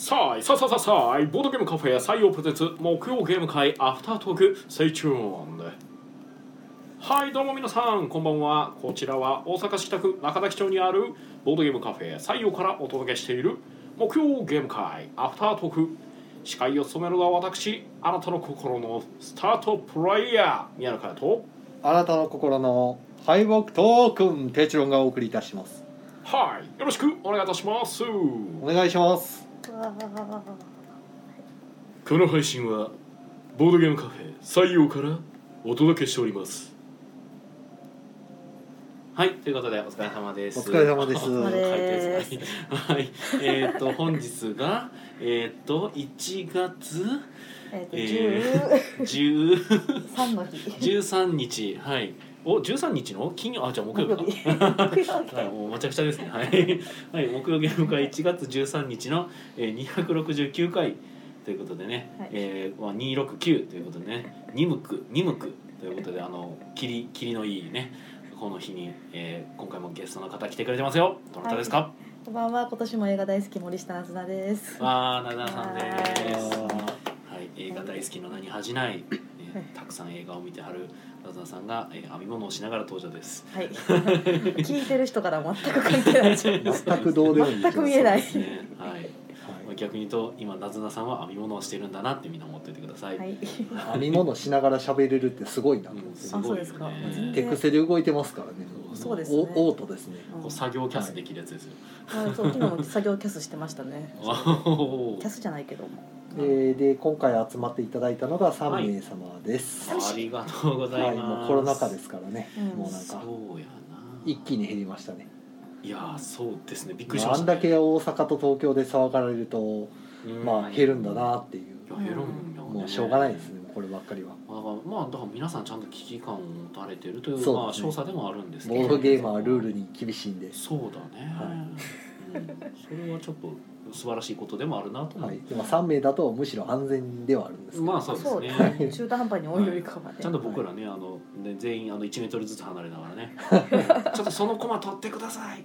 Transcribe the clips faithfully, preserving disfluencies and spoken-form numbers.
さあいさあさあさあさあボードゲームカフェ採用プレゼンツ木曜ゲーム会アフタートークステイチューン。はいどうも皆さんこんばんは。こちらは大阪市北区中崎町にあるボードゲームカフェ採用からお届けしている木曜ゲーム会アフタートーク。司会を務めるのは私あなたの心のスタートプレイヤー宮野佳代とあなたの心の敗北トークンテチロンがお送りいたします。 はいよろしくお願いいたします。 お願いします。 この配信はボードゲームカフェ採用からお届けしております。はいということでお疲れ様です。 お疲れ様です。 はい、はい、えっと本日がえっといちがつええー、 じゅうさんの日じゅうさんにちはいおじゅうさんにちの金曜あじゃあ木曜日かはいもうめちゃくちゃですねはい、はい、木曜ゲーム会いちがつじゅうさんにちの、えー、にひゃくろくじゅうきゅうかいということでね、はいえーまあ、にひゃくろくじゅうきゅうということでねにむくにむくということであの霧霧のいいねこの日に、えー、今回もゲストの方来てくれてますよ。どなたですか？はい、 こんばんは。今年も映画大好き森下なずなです。 あーなずなさんです。はい、映画大好きの名に恥じない、ね、たくさん映画を見てはるなずなさんが、えー、編み物をしながら登場です。 はい。聞いてる人から全く関係ないじゃん。 全くどうでもいい。 全く見えない。 ね、はい。逆に言うと今なずなさんは編み物をしてるんだなってみんな思っておいてください。はい、 編み物しながら喋れるってすごいなと思って、うん、 すごいですか。 手癖で動いてますからね。 そうですね。 オートですね。 こう作業キャスできるやつですよ。 はい、そう昨日も作業キャスしてましたね。キャスじゃないけど。 えー、で今回集まっていただいたのがさんめいさまです。 はい、ありがとうございます。 はい、もうコロナ禍ですからね。うん、もうなんかそうやな。 一気に減りましたね。 いやそうですね。びっくりしました、 ね。あんだけ大阪と東京で騒がれると。まあ減るんだなっていう。いや減るんだよね。 もうしょうがないですね。こればっかりは。 だからまあだから皆さんちゃんと危機感を持たれているという、まあ少佐でもあるんですけど。 ボードゲーマーはルールに厳しいんで。 そうだね。はいうん、それはちょっと素晴らしいことでもあるなと思う。はい。 でもさんめいだとむしろ安全ではあるんですけど。 まあそうですね。 ね中途半端に多いよりかはね。 ちゃんと僕らねあのね全員あのいちメートルずつ離れながらね。ちょっとそのコマ取ってください。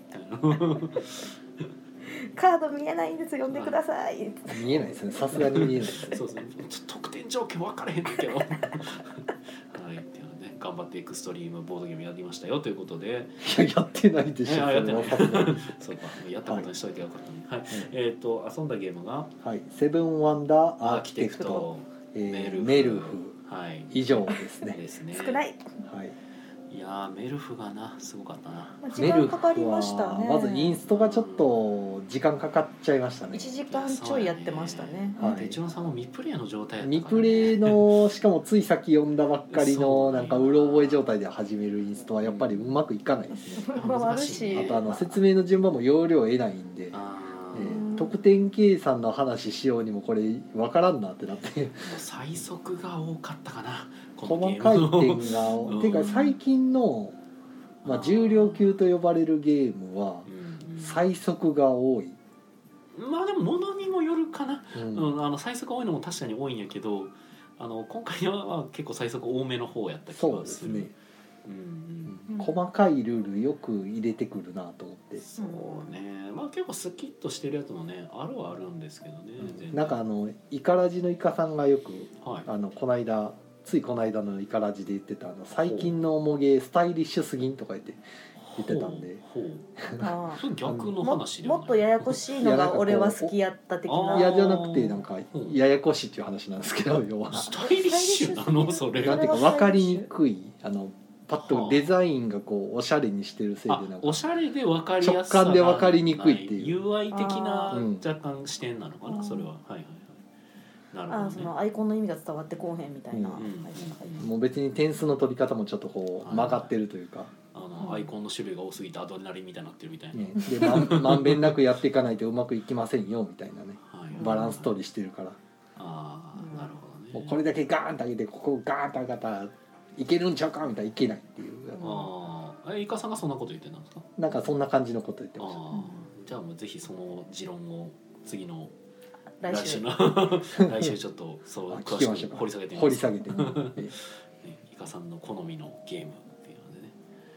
カード見えないんです読んでください。 見えないですね。さすがに見えないですね。 そうですね。得点条件分かれへんけど。はいっていうのね頑張ってエクストリームボードゲームやりましたよということで。 いややってないでしょ。 やってない。そうかやったことにしといてよかったね。はい。えっと遊んだゲームがはいセブンワンダーアーキテクトメルフはい以上ですね。 ですね。 少ない。 はい。 いやメルフがなすごかったな。 時間かかりましたね。 まずインストがちょっと時間かかっちゃいましたね。 いちじかんちょいやってましたね。 はい。手帳さんも未プレイの状態やったから、ね。未プレイのしかもつい先読んだばっかりのなんかうろ覚え状態で始めるインストはやっぱりうまくいかないですね。 難しい。 あとあの説明の順番も要領を得ないんで。えー、得点計算の話しようにもこれ分からんなってなって最速が多かったかな細かい点が、うん、ていうか最近の、まあ、重量級と呼ばれるゲームは最速が多い、 うん、まあでも物にもよるかな、うんうん、あの最速多いのも確かに多いんやけどあの今回は結構最速多めの方やった気がする。そうですねうん、細かいルールよく入れてくるなと思って。 そうねまあ結構スキッとしてるやつもねあるはあるんですけどね、 うん、なんかあのイカラジのイカさんがよく、 はい、 あのこの間ついこの間のイカラジで言ってたあの最近の重げスタイリッシュすぎんとか言って言ってたんでほうほうそれ逆の話でももっとややこしいのが俺は好きやった的な。 いやじゃなくてなんかややこしいっていう話なんですけど要はスタイリッシュなのそれなんていうか分かりにくいあのパッとデザインがこうおしゃれにしてるせいでなんかおしゃれで分かりやすさ直感で分かりにくいっていうユーアイ 的な若干視点なのかなそれは。はいはいはいなるほどね、あそのアイコンの意味が伝わってこうへんみたいな、うんうん、もう別に点数の取り方もちょっとこう曲がってるというかあのアイコンの種類が多すぎてアドレナリンみたいになってるみたいな、 ね、でまんまんべんなくやっていかないとうまくいきませんよみたいなね、はい、バランス取りしてるから。 ああなるほどね。 もうこれだけガーンと上げてここガーンと上がったらいけるんちゃうかみたいないけないっていう。 ああイカさんがそんなこと言ってたんですか。 なんかそんな感じのこと言ってました。 あじゃあもうぜひその持論を次の来週来週の来週ちょっとそう詳しく掘り下げてみます。 掘り下げて、ね、 イカさんの好みのゲームっていうのでね、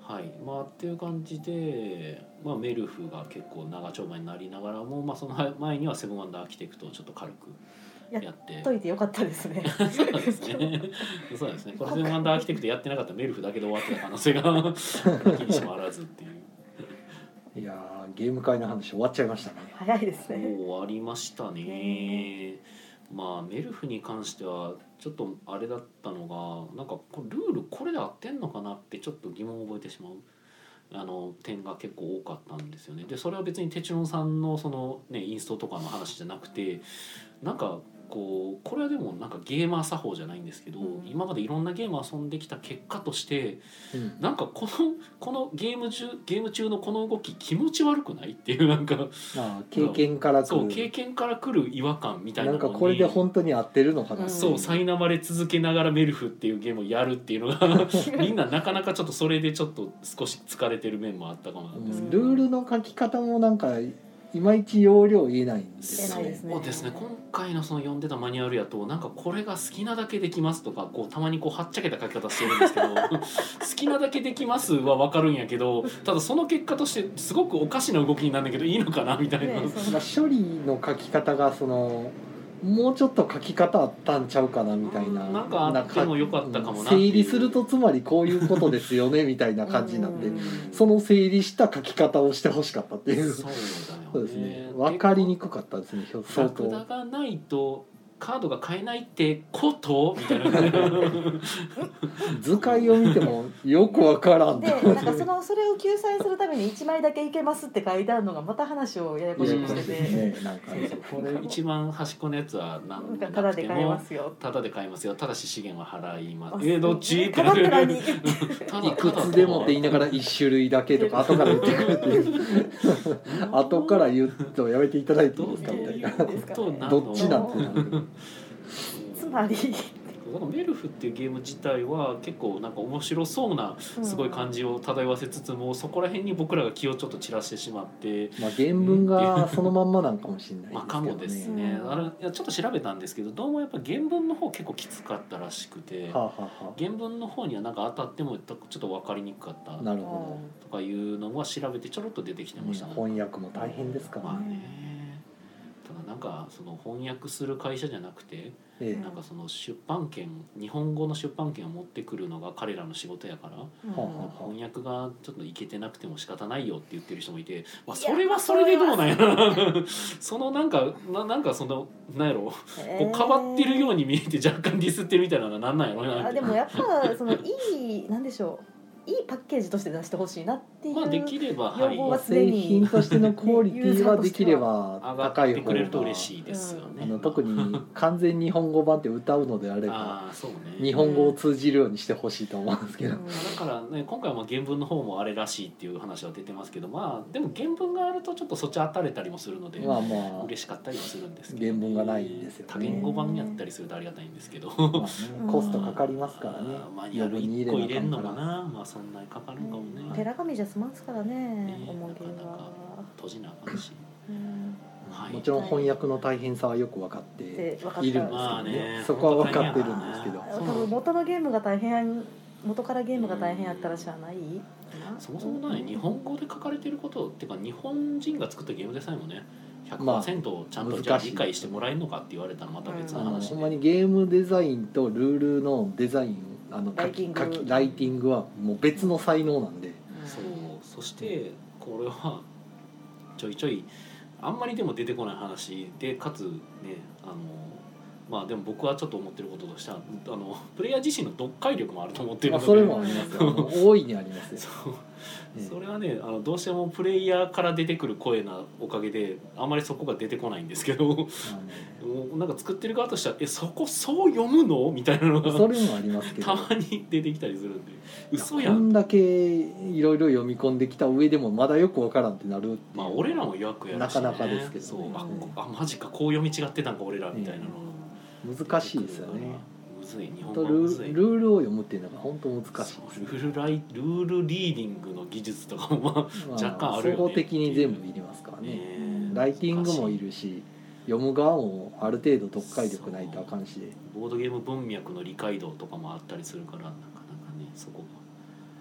はいまあっていう感じで、まあ、メルフが結構長丁場になりながらも、まあ、その前にはセブンワンダーアーキテクトをちょっと軽くやってやっといてよかったですねそうですねそうですねこれセブンワンダーアーキテクトやってなかったらメルフだけで終わってた可能性が気にしもあらずっていういやーゲーム会の話終わっちゃいましたね。 早いですね。 終わりましたね。まあメルフに関してはちょっとあれだったのがなんかこれルールこれで合ってんのかなってちょっと疑問を覚えてしまうあの点が結構多かったんですよね。でそれは別にテチロンさんのそのねインストとかの話じゃなくてなんかこうこれはでもなんかゲーマー作法じゃないんですけど、 うん今までいろんなゲーム遊んできた結果としてうんなんかこのこのゲーム中ゲーム中のこの動き気持ち悪くないっていうなんかまあ経験から来そうる経験から来る違和感みたいなのになんかこれで本当に合ってるのかな、 うんそう苛まれ続けながらメルフっていうゲームをやるっていうのがみんななかなかちょっとそれでちょっと少し疲れてる面もあったかもなんですけど、 ルールの書き方もなんかいまいち要領言えないんですよ言えないですねそうですね今回のその読んでたマニュアルやとなんかこれが好きなだけできますとかこうたまにこうはっちゃけた書き方してるんですけど好きなだけできますは分かるんやけどただその結果としてすごくおかしな動きになるんだけどいいのかなみたいな、 ねそまあ処理の書き方がそのもうちょっと書き方あったんちゃうかなみたいな、 うんなんかあってもよかったかもなっていう整理するとつまりこういうことですよねみたいな感じになってうんその整理した書き方をしてほしかったっていうそうだよねそうですね分かりにくかったですね相当ラクダがないとカードが買えないってことみたいな図解を見てもよくわからんでなんかそのそれを救済するためにいちまいだけいけますって書いてあるのがまた話をややこしくしてて、 ねなんかこれ一番端っこのやつは何なんかでタダで買えなくてもますよ。 タダで買えますよただし資源は払いますあえーどっちタダって何？ ただいくつでもって言いながら一種類だけとか後から言ってくるっていう後から言うとやめていただいていいですかみたいなどういうことなのどっちなんてなるつまりなんかメルフっていうゲーム自体は結構なんか面白そうなすごい感じを漂わせつつも、そこら辺に僕らが気をちょっと散らしてしまってまあ原文がそのまんまなんかもしれないまあかもですですけどねね、あれいやちょっと調べたんですけどどうもやっぱ原文の方結構きつかったらしくて、 はあはあは原文の方にはなんか当たってもちょっと分かりにくかったあなるほとかいうのは調べてちょろっと出てきてど、 ましたね。 翻訳も大変ですからまあね、 ねただなんかその翻訳する会社じゃなくてええなんかその出版権日本語の出版権を持ってくるのが彼らの仕事やから翻訳がちょっといけてなくても仕方ないよって言ってる人もいて、まあ、それはそれでどうなんやなそのなんかななんかそのなんやろこう変わってるように見えて若干ディスってるみたいなのはなんなんやろなあでもやっぱそのいいなんでしょういいパッケージとして出してほしいなっていう、 まあできればは要望は常製に品としてのクオリティはできれば上が高い方ってくれるとが嬉しいですよね。 あの特に完全日本語版って歌うのであればああそうね。 日本語を通じるようにしてほしいと思うんですけど、 うんだからね今回はまあ原文の方もあれらしいっていう話は出てますけど、まあでも原文があるとちょっとそっち当たれたりもするので、 まあまあ嬉しかったりもするんですけど、 原文がないんですよね多言語版やったりするとありがたいんですけど、 まあねコストかかりますからねあーマニュアルいっこ入れんのもな、まあそんなにかかるんかもね。 寺上じゃ済ますからねね思い出なかなかは、 閉じなあかんし、 うんはいもちろん翻訳の大変さはよく分かってで分かったいるんですけどまあねねそこは分かってるんですけど多分元のゲームが大変元からゲームが大変やったらしゃあないそもそもね日本語で書かれてることっていうか日本人が作ったゲームでさえもねひゃくパーセントちゃんとじゃあ難しい理解してもらえるのかって言われたらまた別のあの話で、 ほんまにゲームデザインとルールのデザインあの書きライティング書きライティングはもう別の才能なんで、 そうそしてこれはちょいちょいあんまりでも出てこない話でかつねあのまあでも僕はちょっと思ってることとしてはあのプレイヤー自身の読解力もあると思ってるまあ、 ので、 それもありますよあの大いにありますよそうええそれはねあのどうしてもプレイヤーから出てくる声なおかげであんまりそこが出てこないんですけどもうなんか作ってる側としてはえそこそう読むのみたいなのあのがそれもありますけどたまに出てきたりするんで嘘やこんん。 だけいろいろ読み込んできた上でもまだよくわからんってなるっていうまあ俺らも役やるし、ね、 なかなかですけどねそうあうんこあマジかこう読み違ってたんか俺らみたいなの難しいですよねむずい日本とル語はむずいールールを読むっていうのが本当難しいですそうルールライルールリーディングの技術とかもまあま若干あるよね総合的に全部いりますからねねライティングもいるし読む側もある程度読解力ないとあかんしでボードゲーム文脈の理解度とかもあったりするからなかなかねそこが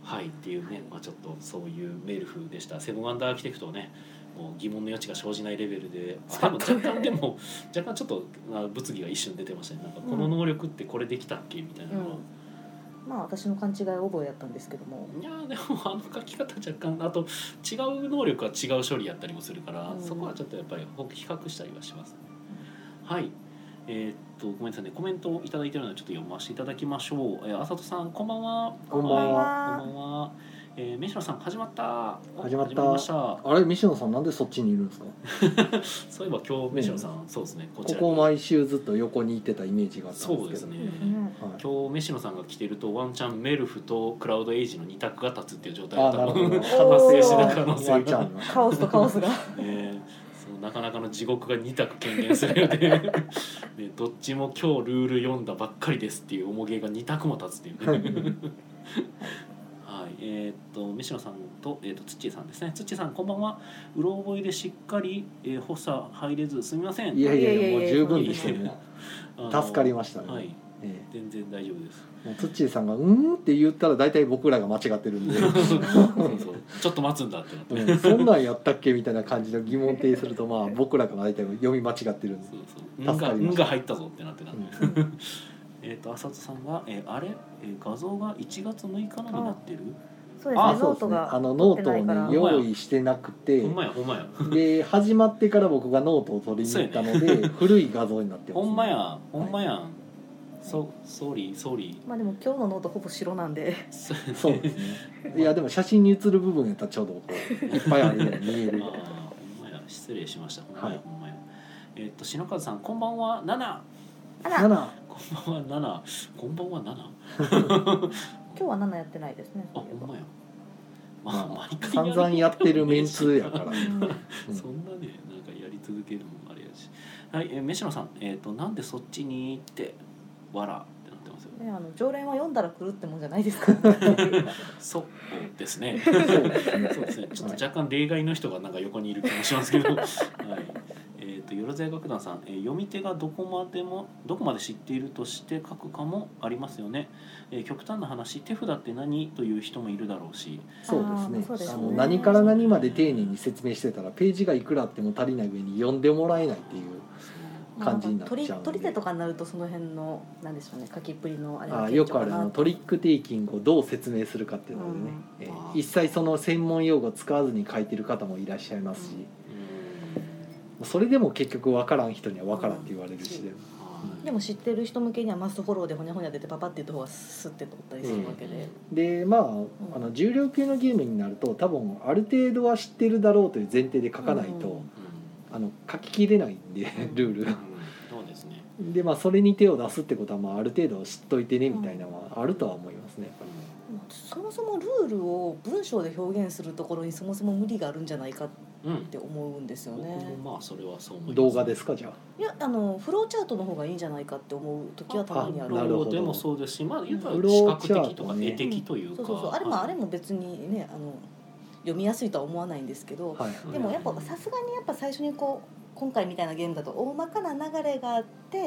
はいっていうね、まあ、ちょっとそういうメルフでした。セブンアンダーアーキテクトをねもう疑問の余地が生じないレベルで、あでも若干でも若干ちょっとあ物議が一瞬出てましたね。なんかこの能力ってこれできたっけみたいなのは、 うん、まあ私の勘違い覚えやったんですけども、 いやでもあの書き方若干あと違う能力は違う処理やったりもするから、うん、そこはちょっとやっぱり比較したりはしますね、うん、はい。えー、っとごめんなさいね、コメントをいただいているのでちょっと読ませていただきましょう。えー、あさとさんこんばんは。 こんばんは。 こんばんは。えー、飯野さん始まった始まった。 始まりました。 あれ飯野さんなんでそっちにいるんですか？ そういえば今日飯野さん、うん、そうですね、こちらここ毎週ずっと横にいてたイメージがあったんですけど。 そうですね、 うん、 はい、今日飯野さんが来てるとワンチャンメルフとクラウドエイジの二択が立つっていう状態が多分発生してた可能性がカオスとカオスが、 えーなかなかの地獄がに択権限するのででどっちも今日ルール読んだばっかりですっていう重げがに択も立つっていうねはい、えー、っと飯野さんと、えー、っと土井さんですね。土井さんこんばんは。うろ覚えでしっかり、えー、発作入れずすみません。 いやいやいやもう十分でしたね助かりましたね、 はい、えー、全然大丈夫です。 もう土井さんが「うん」って言ったら大体僕らが間違ってるんでそうそうちょっと待つんだってなって、 うん、そんなんやったっけみたいな感じの疑問呈するとまあ僕らが大体読み間違ってるんでそうそう助かりました。うんが入ったぞってなってたんで、うんえっと浅田さんが、えー、あれ、えー、画像がいちがつむいかのになってる。 そうですね、ノートがあのノートをね用意してなくて、 ほんまやほんまやで始まってから僕がノートを取りに行ったので、古い画像になってます、ね、 ほんまやほんまやん、はい、そソーリーソーリー。 まあでも今日のノートほぼ白なんでそうですね。いやでも写真に写る部分やったらちょうどこういっぱいあるように見える。 あほんまや失礼しました。ほんまや、はい、ほんまや。えー、っと篠和さんこんばんは。ナナナナこんばんはナナこんばんはナナ今日はナナやってないですね。 あほんまや。 まあ、毎回散々やってるメンツやから、うん、 そんなねなんかやり続けるのもあれやし。はい、えー、飯野さんえー、っとなんでそっちにってわらってなってますよね。 あの常連は読んだら来るってもんじゃないですかそうですねそうですねちょっと若干例外の人がなんか横にいる気もしますけど、はいえー、とよろずや楽団さん、えー、読み手がどこまでもどこまで知っているとして書くかもありますよね、えー、極端な話手札って何という人もいるだろうし。 そうですね、あの何から何まで丁寧に説明してたらページがいくらあっても足りない上に読んでもらえないっていう感じになっちゃうんで、まあ、 取り手とかになるとその辺のなんでしょうね書きっぷりのあれあよくあるのトリックテイキングをどう説明するかっていうのでね、うんえー、一切その専門用語を使わずに書いてる方もいらっしゃいますし、うん、それでも結局分からん人には分からんって言われるし、うんうん、でも知ってる人向けにはマストフォローでほにゃほにゃ出てパパって言った方がスッて取ったりするわけで、 うん、でまあ、うん、あの重量級のゲームになると多分ある程度は知ってるだろうという前提で書かないと、うん、あの書ききれないんでルールそうですね。 でまあそれに手を出すってことはまあある程度知っといてねみたいなのはあるとは思いますね。やっぱりそもそもルールを文章で表現するところにそもそも無理があるんじゃないかって思うんですよね。 うん、まあそれはそう思います。 動画ですかじゃあ。 いやあのフローチャートの方がいいんじゃないかって思う時はたまにある。 あ、なるほど。でもそうですし、まあ言うたら視覚的とか絵的というか、 うん、そうそうそうあれもあれも別にねあの読みやすいとは思わないんですけど、はい、でもやっぱさすがにやっぱ最初にこう今回みたいなゲームだと大まかな流れがあって、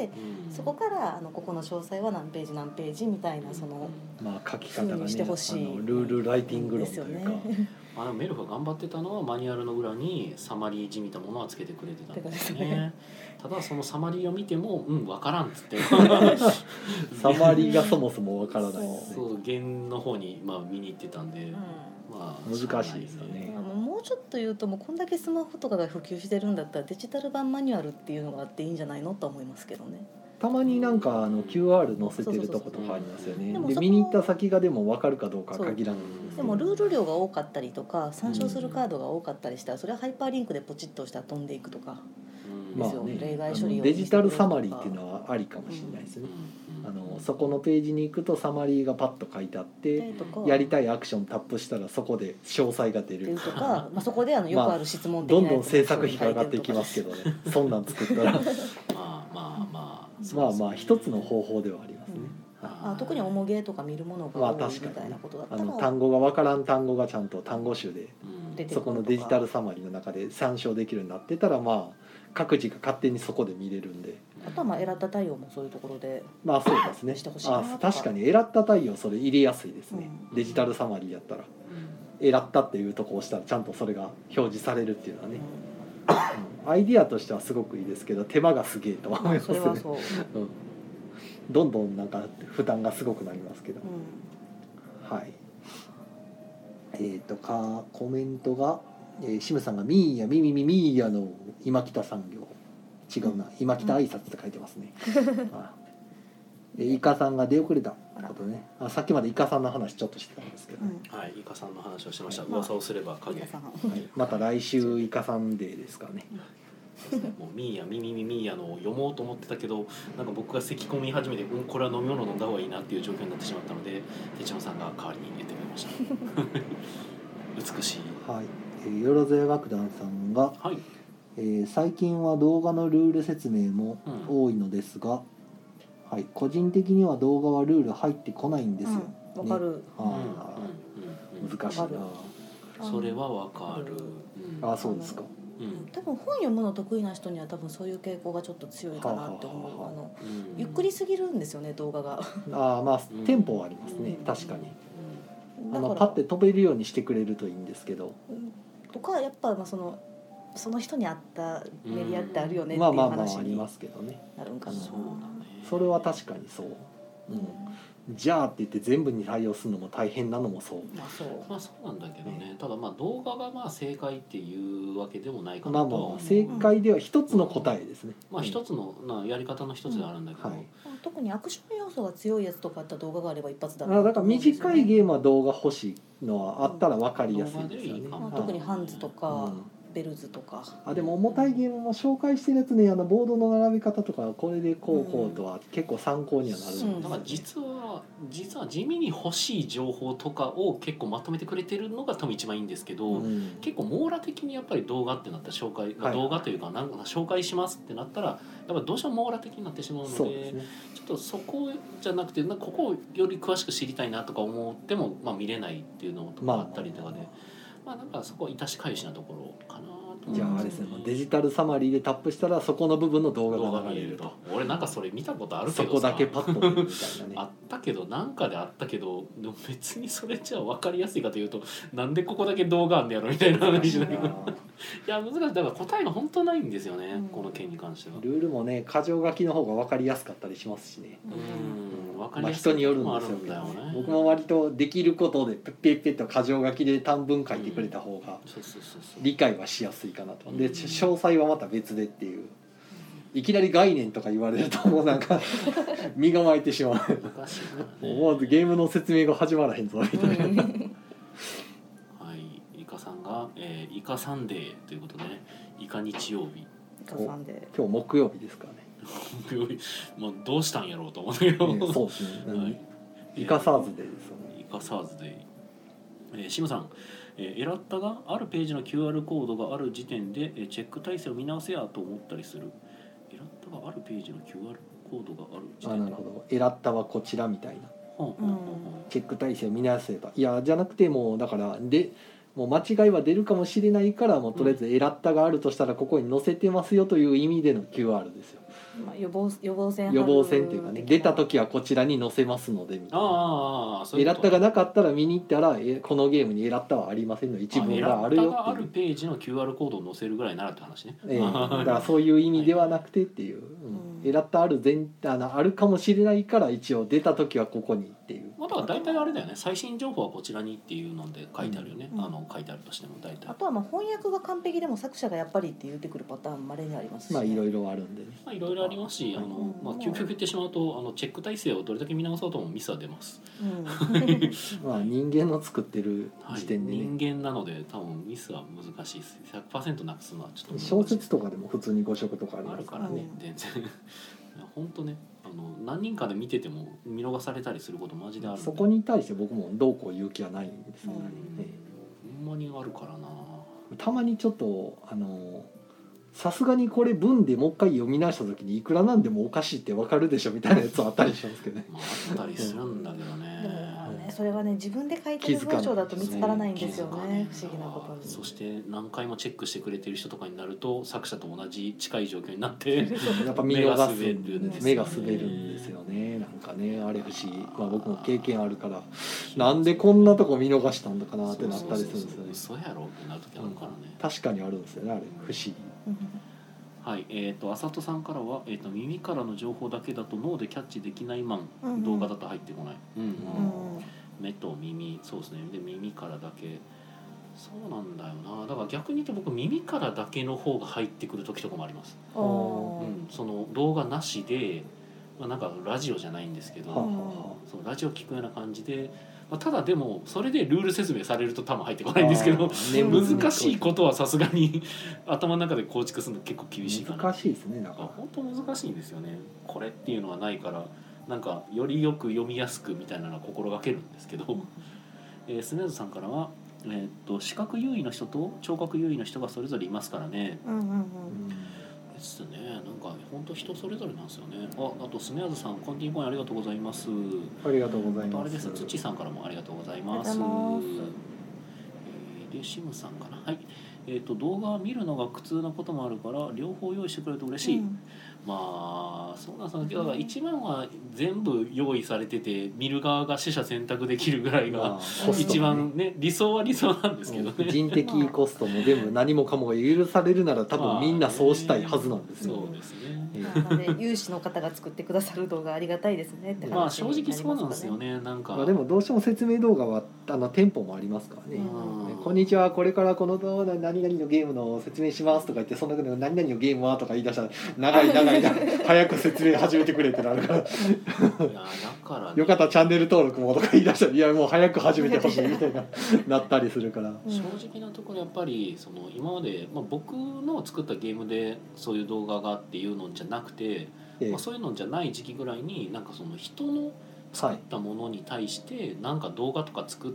うん、そこからあのここの詳細は何ページ何ページみたいなその、 まあ書き方がね、 してほしいあのルールライティング論というか、 ね、 あのメルフが頑張ってたのはマニュアルの裏にサマリーじみたものはつけてくれてたんですね。ただそのサマリーを見てもうん分からんっつってサマリーがそもそも分からないですね。 そう原の方にまあ見に行ってたんで、うん、まあ難しいですよね。 もうちょっと言うともうこんだけスマホとかが普及してるんだったらデジタル版マニュアルっていうのがあっていいんじゃないのと思いますけどね。 たまになんかあの キューアール 載せてるとことかありますよね。で見に行った先がでも分かるかどうかは限らないんです。 でもルール量が多かったりとか参照するカードが多かったりしたらそれはハイパーリンクでポチッと押したら飛んでいくとか、 うん、まあね、 例外処理をデジタルサマリーっていうのはありかもしれないですね。うん、あのそこのページに行くとサマリーがパッと書いてあってやりたいアクションタップしたらそこで詳細が出るとか、まあ、そこであのよくある質問的な、まあ、どんどん制作費が上がっていきますけどねそんなん作ったらまあまあまあまあまあ一つの方法ではありますね。 うん、あ特に重げとか見るものが多いみたいなことだったら、 まあ、あの単語が分からん単語がちゃんと単語集で、うん、そこのデジタルサマリーの中で参照できるようになってたらまあ各自が勝手にそこで見れるんで、 うあとはまあエラッタ対応もそういうところでまあそうですねしてほしいなとか。 あ確かにエラッタ対応それ入れやすいですね、 うん、 デジタルサマリーやったらうんエラッタっていうとこを押したらちゃんとそれが表示されるっていうのはね、 うんうん、アイディアとしてはすごくいいですけど手間がすげえとは思いますね、 それはそう、 うん、どんどんなんか負担がすごくなりますけど、 うんはいえーとかコメントが、えー、シムさんがミーヤミミミミーヤの今北産業違うな、今北挨拶って書いてますね、あえーイカさんが出遅れたことねあさっきまでイカさんの話ちょっとしてたんですけど、ねはい、イカさんの話をしてました。噂をすれば影。 イカさんはい、また来週イカさんデーですかねもうミーヤミミミミーヤのを読もうと思ってたけど、なんか僕が咳込み始めて、うんこれは飲み物飲んだ方がいいなっていう状況になってしまったので、手帳さんが代わりに入れてくれました。美しい。 はい、えー、よろずや楽団さんが、 はい。 えー最近は動画のルール説明も多いのですが、はい、個人的には動画はルール入ってこないんですよ、 うん、わかる、 あうんうんー難しいなわかるうん。それはわかる。うんあそうですかうん多分本読むの得意な人には多分そういう傾向がちょっと強いかなって思う、 はあはあはああのうんゆっくりすぎるんですよね動画があーまあうんテンポはありますね、 うん確かにあだからのパッて飛べるようにしてくれるといいんですけどとかやっぱまあそのその人に合ったメディアってあるよねっていうまあまあまあ話にありますけどねなるんかな、 そうだね。 それは確かにそう、うん、じゃあって言って全部に対応するのも大変なのもそうまあそうまあそうなんだけどね。ただまあ動画がまあ正解っていうわけでもないかまあなとは思う。 まあ正解では一つの答えですね、 まあ一つのなやり方の一つではあるんだけど。 はい特にアクション要素が強いやつとかあった動画があれば一発だあだから短いーゲームは動画欲しいのはあったら分かりやすいですよね、 動画でいいかもまあ、特にハンズとか、 うんベルズとかあでも重たいゲームも紹介してるやつねあのボードの並び方とかこれでこうこうとは結構参考にはなるんですよね、 だから実は実は地味に欲しい情報とかを結構まとめてくれてるのが多分一番いいんですけど、 うん結構網羅的にやっぱり動画ってなったら紹介、まあはい動画というかなんか紹介しますってなったらやっぱりどうしても網羅的になってしまうのでそうですねちょっとそこじゃなくてなんかここをより詳しく知りたいなとか思っても、まあ、見れないっていうのとかあったりとかで、まあなんかそこは致し返しなところかなと思じゃああれですねデジタルサマリーでタップしたらそこの部分の動画動画が流れると見れると俺なんかそれ見たことあるけそどさこだけパッと出るみたいなあねったけどなんかであったけどでも別にそれじゃ分かりやすいかというとなんでここだけ動画あんねやろみたいな難しいな話だけどいや難しいだから答えが本当ないんですよね、 うんこの件に関しては。 ルールもね箇条書きの方が分かりやすかったりしますしねうん分かりまあやすい人によるんもあですよけどるんだよね。 ね僕も割とできることでペッペッペッと箇条書きで短文書いてくれた方がそうそうそうそう理解はしやすいかなとでうん詳細はまた別でっていういきなり概念とか言われるともうなんか身構えてしまう難しいからね。 思わずゲームの説明が始まらへんぞみたいなはい、イカさんが、えー、イカサンデーということでね、イカ日曜日。 イカさんで今日木曜日ですからね、 もうどうしたんやろうと思ったけど、 えーそうですね、 はい、 イカサーズデーですよねイカサーズで、えー、シムさん、えー、エラッタがあるページの キューアール コードがある時点で、えー、チェック体制を見直せやと思ったりする。エラッタがあるページの キューアール コードがある時あ点でなるほどエラッタはこちらみたいなほうほうほうほうチェック体制を見直せばいやじゃなくてもうだからでもう間違いは出るかもしれないからもうとりあえずエラッタがあるとしたらここに載せてますよという意味での キューアール ですよまあ、予防予防線予防線っていうかね出たと時はこちらに載せますのでみたいなああそういうことエラッタがなかったら見に行ったらえこのゲームにエラッタはありませんの一文があるよエラッタがあっていうるページの キューアール コードを載せるぐらいならって話ね。 ええだからそういう意味ではなくてっていう、うんうんエラッタある前あのあるかもしれないから一応出た時はここにっていうまあだから大体あれだよね、最新情報はこちらにっていうので書いてあるよね、 うんあの書いてあるとしても大体あとはまあ翻訳が完璧でも作者がやっぱりって言ってくるパターンまれにありますし、 まあいろいろあるんでねまあいろいろありますし、あのうんまあ究極言ってしまうとあのチェック体制をどれだけ見直そうともミスは出ます。 うんまあ人間の作ってるはい、 時点でね、 人間なので多分ミスは難しいです。ひゃくパーセントなくすのはちょっと難しい小説とかでも普通に誤色とかありあますかねるかららね、全然いや本当ね、あの何人かで見てても見逃されたりすることマジであるんで、 そこに対して僕もどうこう言う気はないんですよね、 うんえほんまにあるからな。 えたまにちょっとあのさすがにこれ文でもう一回読み直した時にいくらなんでもおかしいってわかるでしょみたいなやつはあったりしますけどねまああったりするんだけどでもね。 まあねね、それはね自分で書いてる文章だと見つからないんですよね、不思議なことに。 そして何回もチェックしてくれてる人とかになると作者と同じ近い状況になってやっぱ見逃す目が滑るんですよね。 目が滑るんですよね。なんかねあれ不思議、まあ、僕も経験あるからなんでこんなとこ見逃したんだかなってなったりするんですよね。 嘘やろってなる時あるからね、 うん、確かにあるんですよねあれ不思議。 はい、えーと、あさとさんからは、えーと、耳からの情報だけだと脳でキャッチできないマン、うんうん、動画だと入ってこない、うんうんうん、目と耳、そうですね、で耳からだけ、そうなんだよな。だから逆に言うと僕耳からだけの方が入ってくる時とかもあります、うん、その動画なしで、まあ、なんかラジオじゃないんですけど、うん、そのラジオ聞くような感じで、まあ、ただでもそれでルール説明されると多分入ってこないんですけど、難しいことはさすがに頭の中で構築するの結構厳しいかな。 難しいですね。なんか本当難しいんですよね。これっていうのはないからなんかよりよく読みやすくみたいなのは心がけるんですけど、えー、スネーズさんからは、えー、っと視覚優位の人と聴覚優位の人がそれぞれいますからね、うんうんうん、ですね。なんか本当人それぞれなんですよね。あ、あとスネアズさんコンティニューコインありがとうございます。 ありがとうございます。 あとあれです、土さんからもありがとうございます。えー、でシムさんかな。はい。えー、と動画を見るのが苦痛なこともあるから両方用意してくれると嬉しい、うん、まあそうなんですけど、だから一番は全部用意されてて見る側が取捨選択できるぐらいが一番ね、理想は理想なんですけどね、 うん、人的コストも全部何もかもが許されるなら多分みんなそうしたいはずなんですよ、 そうですね。 まあね、有志の方が作ってくださる動画ありがたいですねって話になりますかね。 まあ正直そうなんですよね。なんか、 まあ、でもどうしても説明動画はあのテンポもありますからね、うん、こんにちはこれからこの何々のゲームの説明しますとか言ってその中で何々のゲームはとか言い出したら長い長い長い早く説明始めてくれってなるからいやだから、ね、 よかったらチャンネル登録もとか言い出したらいやもう早く始めてほしいみたいななったりするから、 正直なところやっぱりその今まで、まあ、僕の作ったゲームでそういう動画がっていうのじゃなくて、ええまあ、そういうのじゃない時期ぐらいになんかその人の作ったものに対してなんか動画とか作って、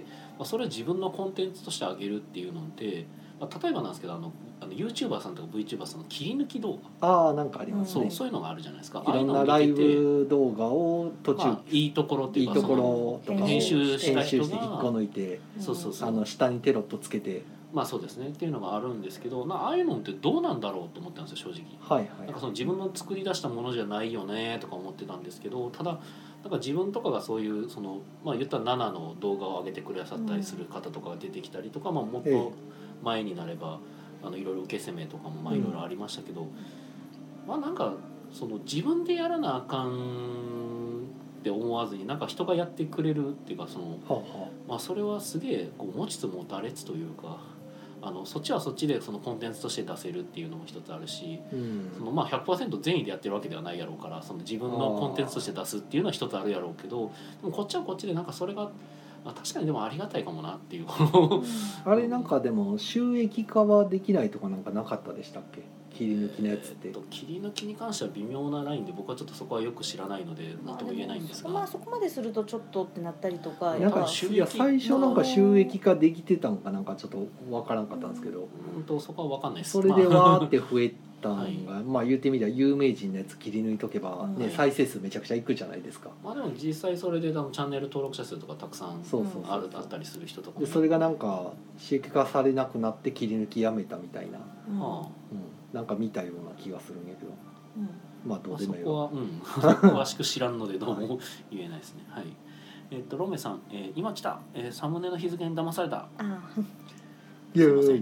まあ、それを自分のコンテンツとしてあげるっていうのって、まあ、例えばなんですけどあのあの YouTuber さんとか VTuber さんの切り抜き動画ああなんかありますね。 そう、そういうのがあるじゃないですか。 いろんなライブ動画を途中、まあ、 いいところっていうかいいところとか編集した人が引っこ抜いて、 そうそうそう、 あの下にテロップつけて、 まあそうですねっていうのがあるんですけど、まあああいうのってどうなんだろうと思ったんですよ正直。 はいはい。 なんかその自分の作り出したものじゃないよねとか思ってたんですけど、ただなんか自分とかがそういうそのまあ言ったらななの動画を上げてくださったりする方とかが出てきたりとか、まあもっと前になればあのいろいろ受け攻めとかもまあいろいろありましたけど、まあなんかその自分でやらなあかんって思わずになんか人がやってくれるっていうかその、まあそれはすげえこう持ちつ持たれつというか。あのそっちはそっちでそのコンテンツとして出せるっていうのも一つあるし、うん、そのまあ ひゃくパーセント 善意でやってるわけではないやろうからその自分のコンテンツとして出すっていうのは一つあるやろうけど、でもこっちはこっちでなんかそれがあ確かにでもありがたいかもなっていうあれなんかでも収益化はできないとかなんかなかったでしたっけ、切り抜きのやつって、 えー、と切り抜きに関しては微妙なラインで僕はちょっとそこはよく知らないので何とも言えないんですが、 まあ、そこまでするとちょっとってなったりとかなんかいや最初なんか収益化できてたんかなんかちょっと分からんかったんですけど、 うんとそこは分かんないです。 それでわーって増えたのが、はい、まあ言ってみたら有名人のやつ切り抜いとけば、ね、はい、再生数めちゃくちゃいくじゃないですか。 まあでも実際それでチャンネル登録者数とかたくさんあるあったりする人とか、 ね、でそれがなんか収益化されなくなって切り抜きやめたみたいな、うんうん、なんか見たような気がするんやけど、うん、まあどうでもいいわ、 まあ、そこは、うん、詳しく知らんのでどうも言えないですね。はい。えっとロメさん、えー、今来た、えー、サムネの日付に騙された。あすいません。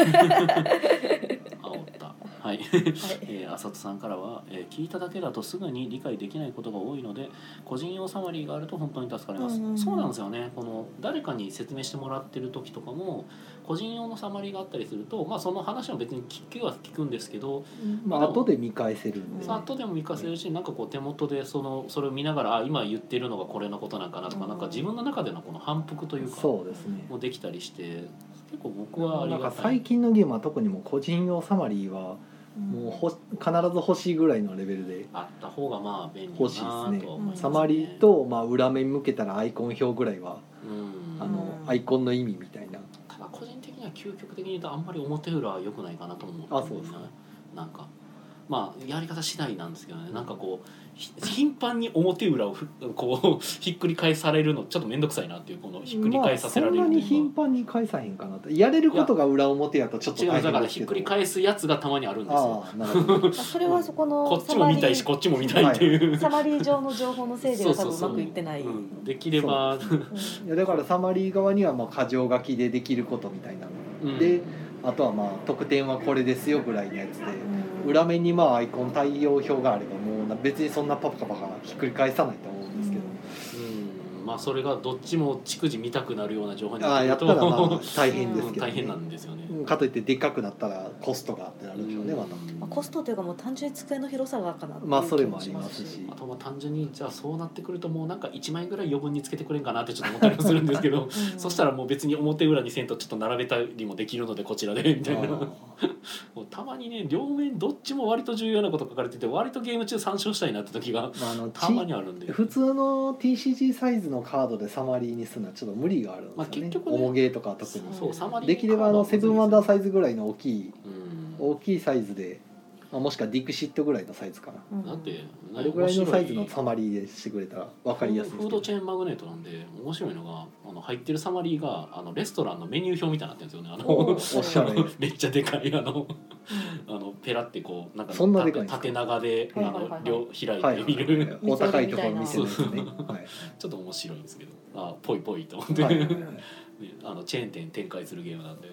煽った。はい。えー、あさとさんからは、えー、聞いただけだとすぐに理解できないことが多いので個人用サマリーがあると本当に助かります。うんうんうん、そうなんですよね。この誰かに説明してもらってる時とかも個人用のサマリーがあったりすると、まあその話は別に聞きは聞くんですけど、 うん、まあ後で見返せるんで、 後でも見返せるし、なんかこう手元でそのそれを見ながらあ今言ってるのがこれのことなんかなとか、うん、なんか自分の中でのこの反復というかそうですね。 もできたりして結構僕はありがたい。 なんか最近のゲームは特にもう個人用サマリーはもうほ必ず欲しいぐらいのレベルであった方がまあ便利欲しいですね。サマリーとまあ裏面向けたらアイコン表ぐらいは、うん、あのアイコンの意味みたいな。 ただ個人的には究極的に言うとあんまり表裏は良くないかなと思う。 あ、そうですね。 なんかまあやり方次第なんですけどね、なんかこう頻繁に表裏をこうひっくり返されるのちょっと面倒くさいなっていう、このひっくり返させられるっていうのは、 まあ、そんなに頻繁に返さへんかなと。やれることが裏表やとちょっと大変ですけど。 違う、だからひっくり返すやつがたまにあるんですよ。 ああ、なるほど。 それはそこのこっちも見たいしこっちも見たいっていう、はい、 サマリー上の情報の整理が多分うまくいってない。 そうそうそう、うん、できれば、うん、 いやだからサマリー側にはまあ箇条書きでできることみたいなので、うん、あとはまあ特典はこれですよぐらいのやつで、うん、裏面にまあアイコン対応表があればもう別にそんなパパパパひっくり返さないと思うんですけど、 うん、まあそれがどっちも逐次見たくなるような情報になると、ああやったらまあ大変ですけど、ね、 大変なんですよね。 かといってでっかくなったらコストがってなるでしょうね、また。 まあ、コストというかもう単純に机の広さがかなっていうまあそれもありますし、 あとまあ単純にじゃあそうなってくるともうなんかいちまいぐらい余分につけてくれんかなってちょっと思ったりもするんですけど、うん、そしたらもう別に表裏にせんとちょっと並べたりもできるのでこちらでみたいなもうたまにね両面どっちも割と重要なこと書かれてて割とゲーム中参照したいなって時が、まあ、あのたまにあるんで、 普通の ティーシージー サイズのカードでサマリーにするのはちょっと無理があるんですよね、まあ、結局ね重ゲーとか特にそうサマリーできればあのセブンワンダーサイズぐらいの大きい、うん、大きいサイズで、まあ、もしくはディクシットぐらいのサイズかな、うん、 だって、ね、 あれぐらいのサイズのサマリーでしてくれたら分かりやすいです。 フードチェーンマグネートなんで面白いのがあの入ってるサマリーがあのレストランのメニュー表みたいになってるんですよね。あのおしゃれめっちゃでかいあのあのペラってこうなんかそんなでかいんですか。 縦長で、 はい、 あの、 はいはい、 両開いて見る、はいはい、 お高いところ見せるやつね、はい、 ちょっと面白いんですけど、あぽいぽいと思って、はいはいはいね、あのチェーン店展開するゲームなんで、はい、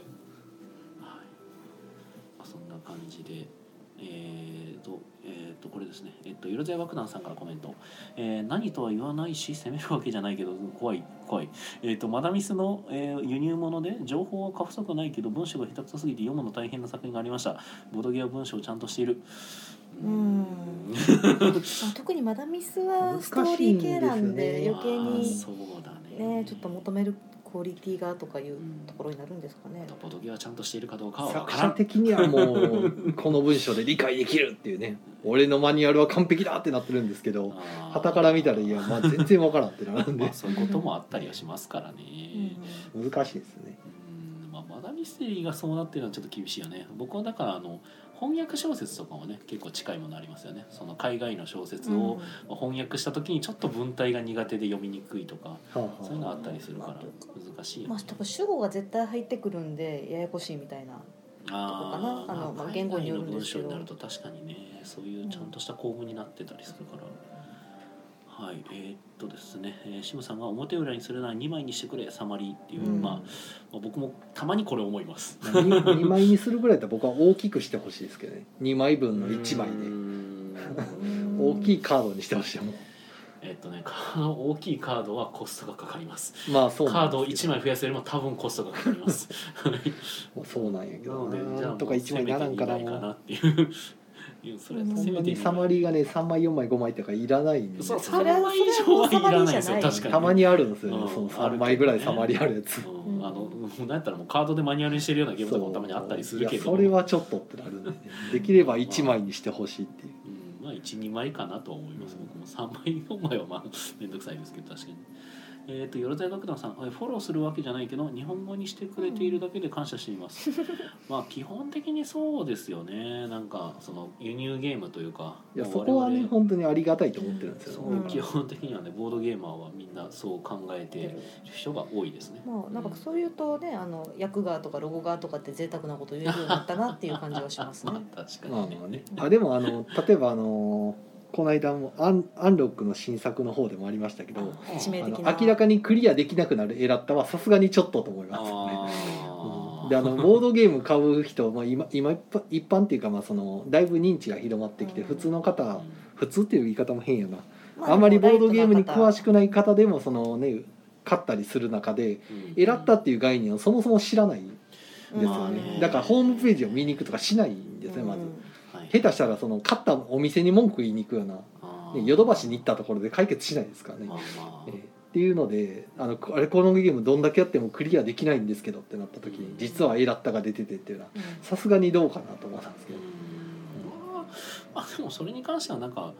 そんな感じで。えーとえー、とこれですね、えっと、よろずや爆弾さんからコメント、えー、何とは言わないし責めるわけじゃないけど怖い怖い、えー、とマダミスの、えー、輸入物で情報は過不足ないけど文章が下手くそすぎて読むの大変な作品がありました。ボドゲは文章をちゃんとしている。 うーん特にマダミスはストーリー系なんで余計に、 そうだね、 ね、ちょっと求めるクオリティがとかいうところになるんですかね。 ボドゲはちゃんとしているかどうかは分からん。 作者的にはもうこの文章で理解できるっていうね俺のマニュアルは完璧だってなってるんですけど傍から見たらいや、まあ、全然分からんってなるんで、 まあ、そういうこともあったりはしますからね、 うん、難しいですね。 うん、まあ、マダミステリーがそうなってるのはちょっと厳しいよね。僕はだからあの翻訳小説とかもね結構近いものありますよね。その海外の小説を翻訳した時にちょっと文体が苦手で読みにくいとか、うん、そういうのあったりするから難しいよね。 まあ、多分主語が絶対入ってくるんでややこしいみたいなとこかな。ああの、まあ、言語によるんですけど、 海外の文章になると確かにねそういうちゃんとした構文になってたりするから、うん、はい、えー、っとですね、えー、シムさんが表裏にするならにまいにしてくれサマリーっていう、うん、まあ、まあ僕もたまにこれ思います。 にまいにするぐらいだったら僕は大きくしてほしいですけどね。にまいぶんのいちまいで大きいカードにしてほしいもん。 えっとね、大きいカードはコストがかかります。 まあそうカードをいちまい増やせるよりも多分コストがかかります。 そうなんやけど、 なのでじゃあとかいちまいならんかなもっていう。それそんなにサマリーがねさんまいよんまいごまいとかいらないんで、 そうさんまい以上はいらないですよ。確かにたまにあるんですよね、うん、そのさんまいぐらいサマリーあるやつ、 うん、あのなんやったらもうカードでマニュアルにしてるようなゲームとかもたまにあったりするけど、 そ, それはちょっとってなるんで、ね、できればいちまいにしてほしいっていう、 うん、まあいち、にまいかなと思います。僕もさんまいよんまいはまあめんどくさいですけど確かに。えー、とよろずや楽団さん、フォローするわけじゃないけど日本語にしてくれているだけで感謝しています、うん、まあ基本的にそうですよね。なんかその輸入ゲームというか、 いやそこはね本当にありがたいと思ってるんですよ、 ね、そう基本的にはねボードゲーマーはみんなそう考えてる人が多いですね。 まあ、なんかそういうとね、あの役がとかロゴがとかって贅沢なこと言えるようになったなっていう感じはしますね。 確かにね、 まあね、あでもあの例えばあのこの間もアンアンロックの新作の方でもありましたけど、 致命的な明らかにクリアできなくなるエラッタはさすがにちょっとと思いますよね。うん、であのボードゲーム買う人、まあ、今, 今一般っていうか、まあ、そのだいぶ認知が広まってきて、うん、普通の方、うん、普通っていう言い方も変やな、まあ、あんまりボードゲームに詳しくない方でもその、ね、買ったりする中で、うん、エラッタっていう概念をそもそも知らないんですよね。うん、だからホームページを見に行くとかしないんですね、まず。うん下手したらその買ったお店に文句言いに行くような、ね、ヨドバシに行ったところで解決しないですからね、えー、っていうのであのあれこのゲームどんだけやってもクリアできないんですけどってなった時に実はエラッタが出ててっていうのはさすがにどうかなと思ったんですけど、 うんまあ、まあでもそれに関してはなんか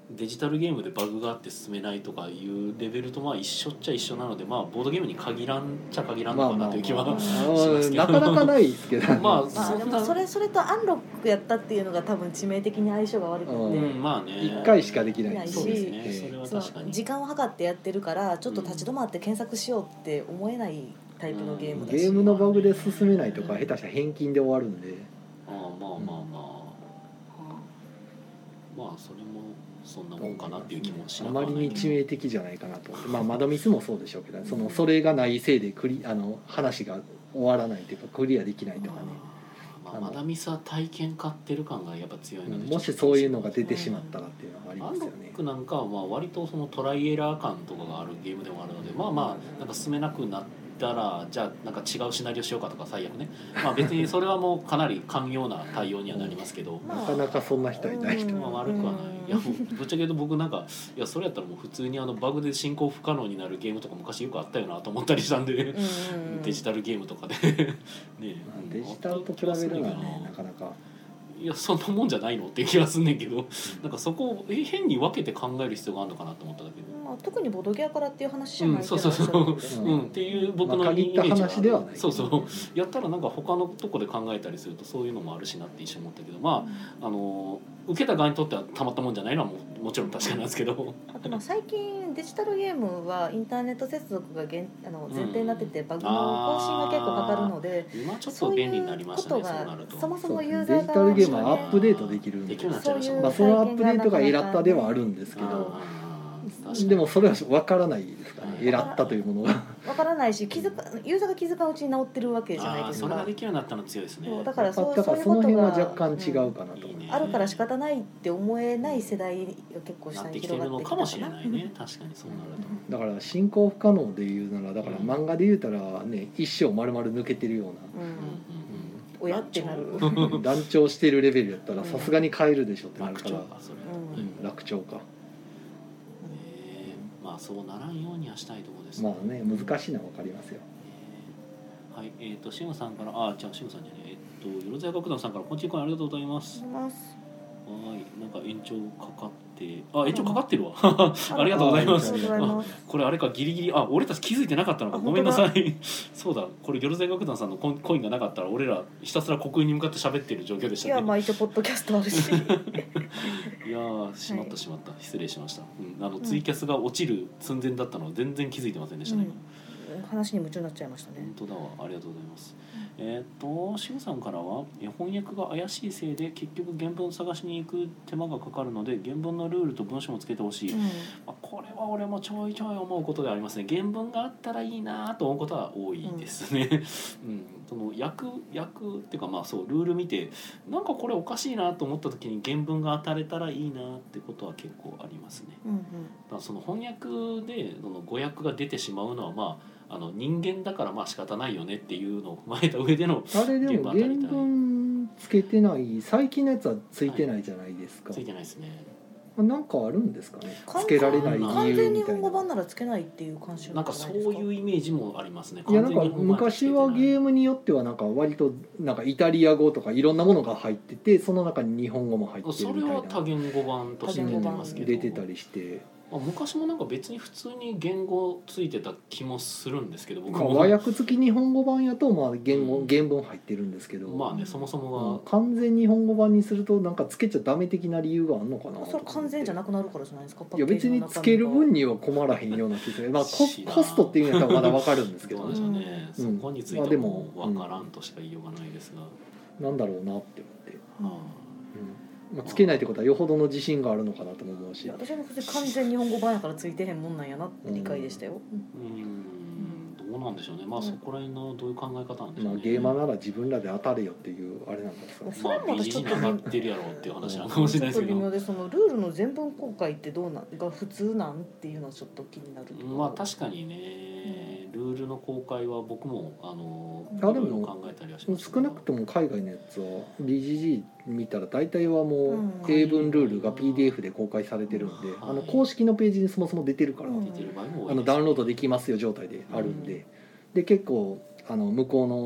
デジタルゲームでバグがあって進めないとかいうレベルとまあ一緒っちゃ一緒なので、まあボードゲームに限らんちゃ限らんのかなという気はしますけど、 なかなかないですけど、 まあ、 まあ、 そんなでもそれそれとアンロックやったっていうのが多分致命的に相性が悪くて、 うん、まあねいっかいしかできないないしそうですね、それはその確かに時間を計ってやってるからちょっと立ち止まって検索しようって思えないタイプのゲームだし、 ゲームのバグで進めないとか下手したら返金で終わるんで、 ああまあまあまあ、まあそれもそんなもんかなっていう気もしなあまくはないりに致命的じゃないかなと思って、まあマドミスもそうでしょうけど、そのそれがないせいでクリあの話が終わらないというかクリアできないとかね、 まあ、まだミスは体験買ってる感がやっぱ強いので、 もしそういうのが出てしまったらっていうのがありアンロますよねッ。クなんかはまあ割とそのトライエラー感とかがあるゲームでもあるので、まあまあなんか進めなくなったらじゃあなんか違うシナリオしようかとか最悪ね、まあ別にそれはもうかなり寛容な対応にはなりますけど、 なかなかそんな人はいない人、 まあ悪くはない。いやもうぶっちゃけ言うと僕なんかいやそれやったらもう普通にあのバグで進行不可能になるゲームとか昔よくあったよなと思ったりしたんで、デジタルゲームとかでね、 デジタルと比べるのはねなかなか。 いやそんなもんじゃないのっていう気がすんねんけど、なんかそこをえ変に分けて考える必要があるのかなと思っただけで、 まあ、特にボドギアからっていう話じゃないけど、 うんそうそうそうおっしゃるんでうん、っていう僕のまあ限った話ではないそうそうやったらなんか他のとこで考えたりするとそういうのもあるしなって一瞬思ったけど、まああの受けた側にとってはたまったもんじゃないのはももちろん確かなんですけど、 あとまあ最近デジタルゲームはインターネット接続が現あの前提になってて、バグの更新が結構かかるので、 今ちょっと便利になりましたね。 そういうことがそうなるとそもそもユーデザーがジタルゲームはアップデートできるんで、 できるようになっちゃいましたもんまあ、そのアップデートがエラッタではあるんですけど、 あー確かにでもそれは分からないですかね、エラッタというものが。 わからないし気づかユーザーが気づかんうちに治ってるわけじゃないあーですか。 それができるようになったの強いですね。 そうだからそうだからその辺は若干違うかなと思います。 あるから仕方ないって思えない世代が結構な下にってきてるの広がってきたかもしれないね。確かにそうなると。 だから進行不可能で言うなら、だから漫画で言うたらね、一生丸々抜けてるような、 うんうん親ってなるうん断腸してるレベルやったらさすがに変えるでしょってなる楽から、 勝かそれ。 うんうん楽勝か。 えーまあそうならんようにはしたいところですまあね、難しいのは分かりますよ。 えーはい、えっ、とシムさんからあじゃあシムさんじゃねええっ、とよろずや楽団さんからこんちこんありがとうございます。はいなんか延長かかってあ延長かかってるわありがとうございます。 ありがとうございます。 これあれかギリギリあ俺たち気づいてなかったのかあごめんなさいそうだこれよろずや楽団さんのコンコインがなかったら俺らひたすら国に向かって喋ってる状況でしたね。 いやまあ一応ポッドキャストあるしいやーしまったしまった、失礼しました、うん、あのツイキャスが落ちる寸前だったのは全然気づいてませんでしたね、 うん話に夢中になっちゃいましたね。 本当だわありがとうございます、えーっとシムさんからはえ翻訳が怪しいせいで結局原文探しに行く手間がかかるので原文のルールと文章もつけてほしい、 うんまあ、これは俺もちょいちょい思うことでありますね。原文があったらいいなと思うことは多いですね、うんその訳訳っていうかまあそうルール見てなんかこれおかしいなと思った時に原文が当たれたらいいなってことは結構ありますね。 うんうんだからその翻訳でその語訳が出てしまうのはまああの人間だからまあ仕方ないよねっていうのを踏まえた上でのあれでも原文つけてない最近のやつはついてないじゃないですか、 ついてないですね。 なんかあるんですかね、 完つけられない理完全に由みたいな。 本語版ならつけないっていう慣習なんかそういうイメージもありますね。 いやなんか昔はゲームによってはなんか割となんかイタリア語とかいろんなものが入ってて、その中に日本語も入ってるそみたいな、 れは多言語版として出てますけど、 出てたりして、 まあ、昔もなんか別に普通に言語ついてた気もするんですけど、僕まあも和訳付き日本語版やとまあ言語うん原文入ってるんですけど、 まあねそもそもうんが完全日本語版にするとなんかつけちゃダメ的な理由があるのかな。 それ完全じゃなくなるからじゃないですか。 いや別につける分には困らへんような気がする。まあココストっていうんやったらまだわかるんですけど、 どうでしょうね、 うんそこについてはもう分からんとしか言いようがないですが、 なんだろうなって思って、 うんはうんまあ、つけないってことはよほどの自信があるのかなとも思うし、 私は普通に完全日本語版やからついてへんもんなんやなって理解でしたよ。 あうんどうなんでしょうね。まあそこら辺のどういう考え方なんでしょまあ、 うね。 ゲーマーなら自分らで当たれよっていうあれなんですかね。 それもまあ美私ちょっと人に上がってるやろうっていう話なのかもしれないですけど、 ちょっと微妙で、そのルールの全文公開ってどうなんが普通なんっていうのはちょっと気になるところ。 まあ確かにねルールの公開は僕もあのあでもいろいろ考えたりはします少なくとも海外のやつは ビージージー 見たら大体はもうんう英文ルールが ピーディーエフ で公開されてるんで、 はいあの公式のページにそもそも出てるから、 うん出てる場合も多いですあのダウンロードできますよ状態であるんで、で結構あの向こうの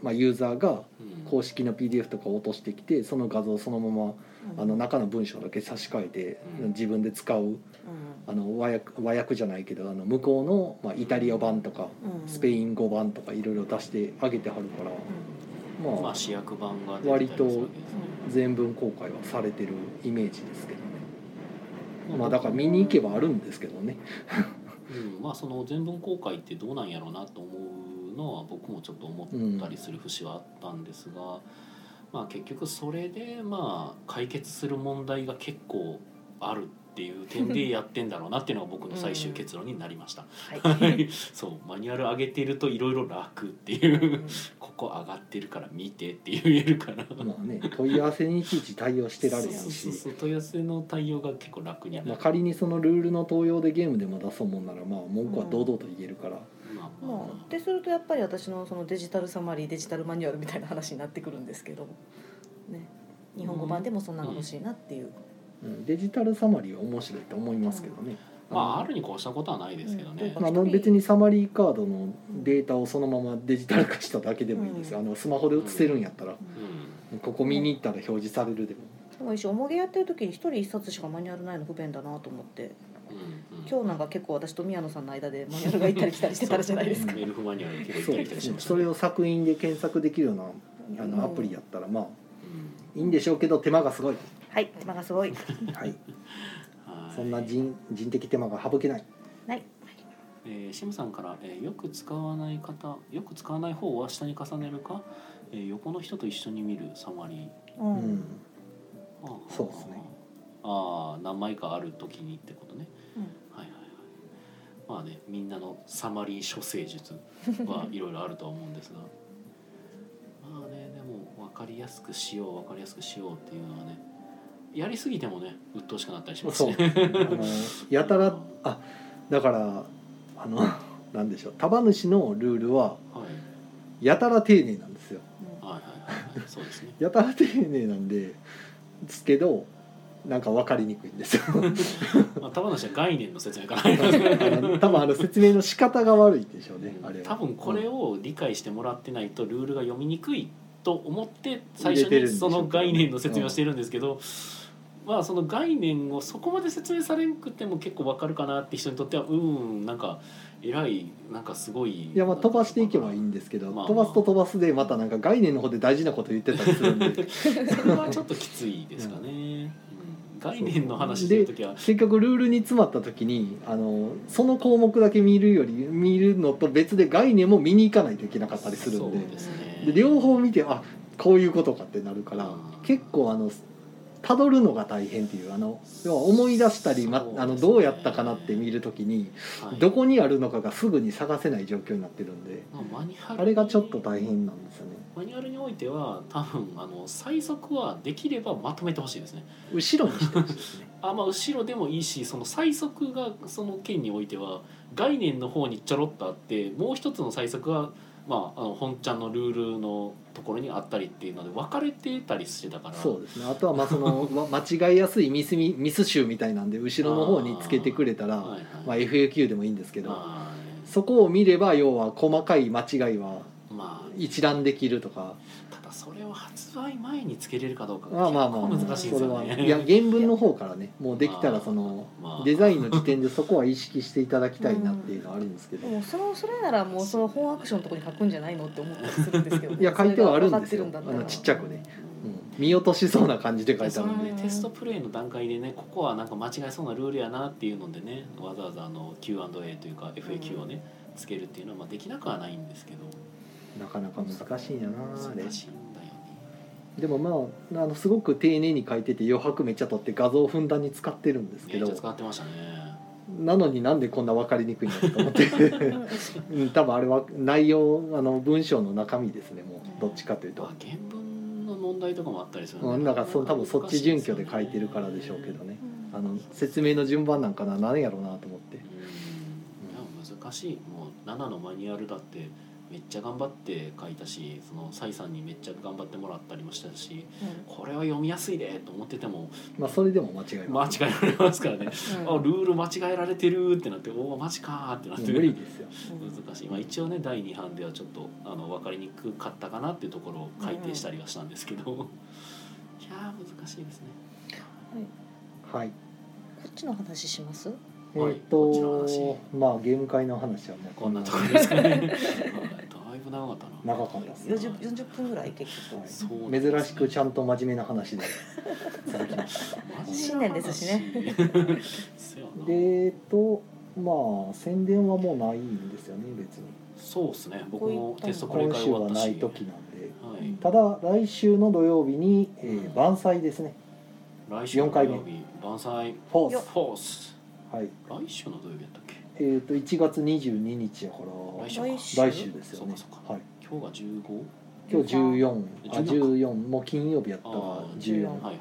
まあ、ユーザーが公式の ピーディーエフ とかを落としてきてその画像をそのままあの中の文章だけ差し替えて自分で使うあの和訳、和訳じゃないけどあの向こうの、まあ、イタリア版とかスペイン語版とかいろいろ出してあげてはるから、 まあ、まあ主役版が割と全文公開はされてるイメージですけどね。まあだから見に行けばあるんですけどね。 うん、まあその全文公開ってどうなんやろうなと思うのは僕もちょっと思ったりする節はあったんですが、うん、まあ結局それでまあ解決する問題が結構あるっていう点でやってんだろうなっていうのが僕の最終結論になりました。うん、はい、そうマニュアル上げてるといろいろ楽っていう、うん、ここ上がってるから見てって言えるから。 まあね問い合わせにいちいち対応してられへんし、 そうそうそう問い合わせの対応が結構楽になる。 まあ仮にそのルールの盗用でゲームでも出そうもんならまあ文句は堂々と言えるから。 うん、まあまあ、ってするとやっぱり私のそのデジタルサマリーデジタルマニュアルみたいな話になってくるんですけど、ね、日本語版でもそんなの欲しいなっていう。 うん、デジタルサマリーは面白いと思いますけどね。 うん、まああるに越したことはないですけどね。 うん、あの別にサマリーカードのデータをそのままデジタル化しただけでもいいんですよ。あのスマホで写せるんやったら、うん、ここ見に行ったら表示されるでも。 でも一緒おもげやってる時に一人一冊しかマニュアルないの不便だなと思って。うんうん、今日なんか結構私と宮野さんの間でマニュアルが行ったり来たりしてたらじゃないですか。 エルフマニュアル結構行ったり来たりしましたね。 それを作品で検索できるようなあのアプリやったらまあ、うん、いいんでしょうけど手間がすごい。 はい手間がすごい。 はい。そんな 人, 人的手間が省けない。 はい。 えー、シムさんから、えー、よく使わない方、よく使わない方は下に重ねるか、えー、横の人と一緒に見るサマリー。 うん。ああそうですね。 ああ何枚かある時にってことね。うん、はいはいはい。まあねみんなのサマリー処世術はいろいろあるとは思うんですが、まあねでも分かりやすくしよう分かりやすくしようっていうのはね。やりすぎてもね鬱陶しくなったりしますね。 そうあのやたらあだからあのなんでしょう束主のルールはやたら丁寧なんですよ。 はいはいはいはいそうですね。 やたら丁寧なんでですけどなんか分かりにくいんですよ。 まあ束主は概念の説明かな。 多分あの説明の仕方が悪いでしょうね。あれは多分これを理解してもらってないとルールが読みにくいと思って最初にその概念の説明をしてるんですけど。まあその概念をそこまで説明されなくても結構わかるかなって人にとってはうんなんか偉いなんかすごいいやまあ飛ばしていけばいいんですけど、まあまあ、飛ばすと飛ばすでまたなんか概念の方で大事なこと言ってたりするんでそれはちょっときついですかね、うん、概念の話してる時は結局ルールに詰まった時にあのその項目だけ見るより見るのと別で概念も見に行かないといけなかったりするんで、そうですね、で両方見てあこういうことかってなるから、うん、結構あのたどるのが大変っていうあの要は思い出したり、ま、あのどうやったかなって見るときに、はい、どこにあるのかがすぐに探せない状況になってるんで、まあ、マニュアルあれがちょっと大変なんですよね。 マニュアルにおいては多分あの最速はできればまとめてほしいですね。 後ろにしてほしいですね。 あまあ後ろでもいいしその最速がその件においては概念の方にちょろっとあってもう一つの最速はまあ、あの本ちゃんのルールのところにあったりっていうので分かれてたりしてたからそうですね。あとはまあその間違いやすいミスミス集みたいなんで後ろの方につけてくれたら、はいはい、まあ、エフエーキュー でもいいんですけど、そこを見れば要は細かい間違いは一覧できるとか、 ただそれを発売前につけれるかどうかが結構難しいですよね。 いや原文の方からねもうできたらそのデザインの時点でそこは意識していただきたいなっていうのはあるんですけど、 うん、もうそのそれならもうその本アクションのところに書くんじゃないのって思ったりするんですけど、ね、 いや書いてはあるんですよ。あのちっちゃくね、うん、見落としそうな感じで書いてあるんで、 その、ね、テストプレイの段階でねここはなんか間違えそうなルールやなっていうのでねわざわざあの キューアンドエー というか エフエーキュー をねつけるっていうのはまあできなくはないんですけど、 なかなか難しいんやなあれ。 難しいんだよね。 でもまあ、あのすごく丁寧に書いてて余白めっちゃ取って画像をふんだんに使ってるんですけど、 めっちゃ使ってましたね。 なのになんでこんな分かりにくいんだと思ってうん、多分あれは内容あの文章の中身ですね。もうどっちかというと、 まあ、原文の問題とかもあったりするので、 うん、だからそ多分そっち準拠で書いてるからでしょうけどね、あの説明の順番なんかな何やろうなと思って、うん、 いや難しい。もうななのマニュアルだってめっちゃ頑張って書いたし、そのサイさんにめっちゃ頑張ってもらったりもしたし、うん、これは読みやすいでと思ってても、 まあそれでも間違え間違えられますからね、うん、あルール間違えられてるってなって、おおマジかってなって無理ですよ難しい、まあ、一応ねだいに版ではちょっとあの分かりにくかったかなっていうところを改訂したりはしたんですけど、うん、いや難しいですね。 はい、はい、 こっちの話します？ えーとまあゲーム会の話はもうこんなところですかねだいぶ長かったな長かったですね。 よんじゅっぷんぐらい結局、はい、 そうね、珍しくちゃんと真面目な話で続きました新年ですしねでえっとまあ宣伝はもうないんですよね別に。 そうですね、僕もテストこれから終わったし今週はない時なんで、 はい、 ただ来週の土曜日に、えー、晩祭ですね。 来週の土曜日晩祭フォースフォースはい、 来週の土曜日やったっけ？ えー、といちがつにじゅうににちやから来週来週ですよね。 そうかそうか、 はい、 今日がじゅうご？ 今日じゅうよん、あじゅうよんもう金曜日やったらじゅうよん、 はいはい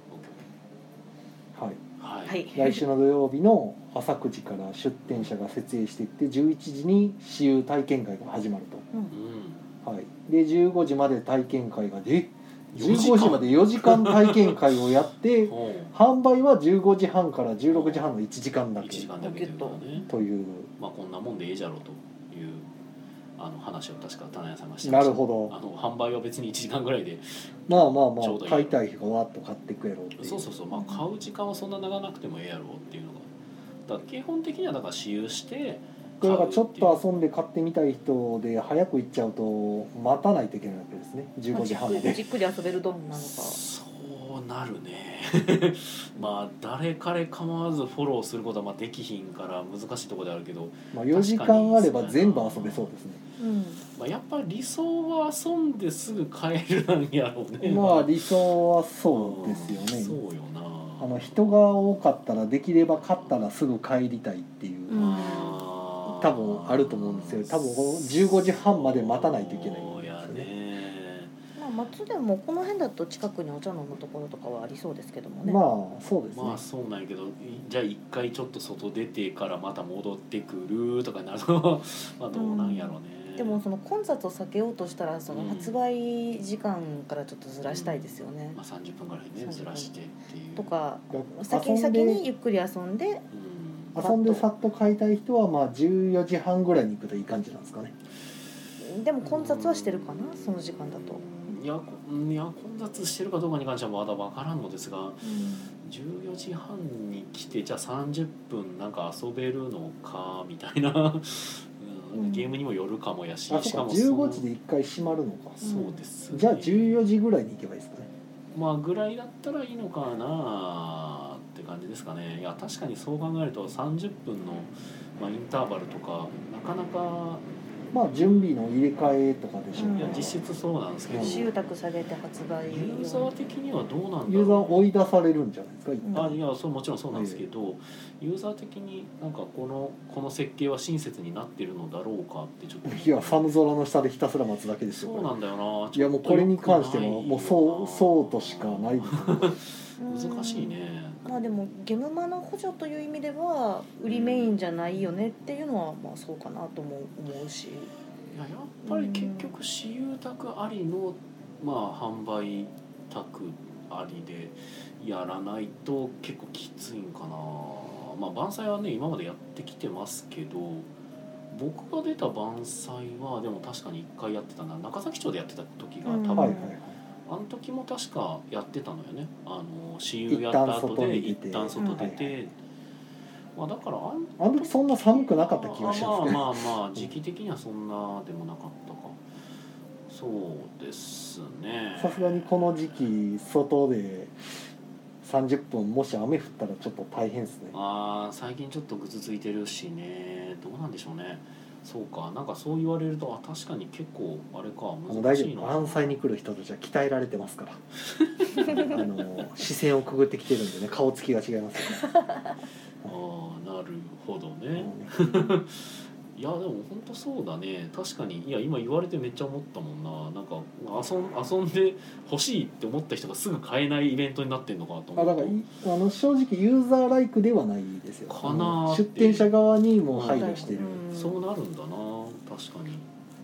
はいはい、 はい、 来週の土曜日の朝くじから出店者が設営していってじゅういちじに私有体験会が始まると、うんはい、でじゅうごじまで体験会がでじゅうごじまでよじかん体験会をやって販売はじゅうごじはんからじゅうろくじはんのいちじかんだけいちじかんだけという、 まあこんなもんでいいじゃろうというあの話を確か棚屋さんがしてました。なるほど。 あの販売は別にいちじかんぐらいでまあまあまあ買いたい人がわっと買ってくやろうっていう。 そうそうそう、まあ買う時間はそんな長なくてもええやろうっていうのがだから基本的にはだから私有してだからちょっと遊んで買ってみたい人で早く行っちゃうと待たないといけないわけですね。じゅうごじはんでじっくり遊べるドンなのか。 そうなるねまあ誰彼構わずフォローすることはまあできひんから難しいところであるけど、 まあ、よじかんあれば全部遊べそうですね。 うんまあ、やっぱ理想は遊んですぐ帰るなんやろうね。 まあ理想はそうですよね。 そうよな。 あの人が多かったらできれば勝ったらすぐ帰りたいっていう、うん、多分あると思うんですよ。多分じゅうごじはんまで待たないといけないんですよね。 まあ松でもこの辺だと近くにお茶飲むところとかはありそうですけどもね。 まあそうですね。 まあそうなんやけど、じゃあ一回ちょっと外出てからまた戻ってくるとかになるとまあどうなんやろうね。 うん、でもその混雑を避けようとしたらその発売時間からちょっとずらしたいですよね。うん、 まあさんじゅっぷんぐらいねずらしてっていう。 とか先に先にゆっくり遊んで。 うん、遊んでさっと買いたい人はまあじゅうよじはんぐらいに行くといい感じなんですかね。 でも混雑はしてるかなその時間だと。 いや、いや混雑してるかどうかに関してはまだ分からんのですが、うん、じゅうよじはんに来てじゃあさんじゅっぷんなんか遊べるのかみたいな、うん、ゲームにもよるかもやし、 うん、しかもじゅうごじでいっかい閉まるのか。 そうです、ね、 じゃあじゅうよじぐらいに行けばいいですかね。 まあぐらいだったらいいのかなって感じですかね。いや確かにそう考えるとさんじゅっぷんの、まあ、インターバルとかなかなかまあ準備の入れ替えとかでしょう、 うん、いや実質そうなんですけど、 私有宅下げて発売ユーザー的にはどうなんだろう。 ユーザー追い出されるんじゃないですか、 うん、あいやそうもちろんそうなんですけど、えー、ユーザー的になんかこのこの設計は親切になってるのだろうかってちょっといや寒空の下でひたすら待つだけですよ。 そうなんだよな。 いやもうこれに関してはもうそうそうとしかないです難しいね。 まあでもゲムマの補助という意味では売りメインじゃないよねっていうのはまあそうかなとも思うし、 いややっぱり結局私有宅ありの、まあ、販売宅ありでやらないと結構きついんかな。まあ晩祭はね今までやってきてますけど、僕が出た晩祭はでも確かにいっかいやってたな。中崎町でやってた時が多分、うん、あの時も確かやってたのよね。あの私有やった後で一旦外出て、まあだからあんあの時そんな寒くなかった気がしますけど、 まあまあまあ時期的にはそんなでもなかったか。そうですね。 さすがにこの時期外でさんじゅっぷんもし雨降ったらちょっと大変ですね。 ああ最近ちょっとぐずついてるしね。どうなんでしょうね。そうかなんかそう言われるとあ確かに結構あれか難しいのかな。 晩祭に来る人たちは鍛えられてますからあの視線をくぐってきてるんでね顔つきが違いますよねああなるほどねいやでも本当そうだね。確かにいや今言われてめっちゃ思ったもんな。なんか遊ん遊んで欲しいって思った人がすぐ買えないイベントになってんのかと思うと。 あだからあの正直ユーザーライクではないですよ。 かな出店者側にも配慮してる、 うん、そうなるんだな確かに。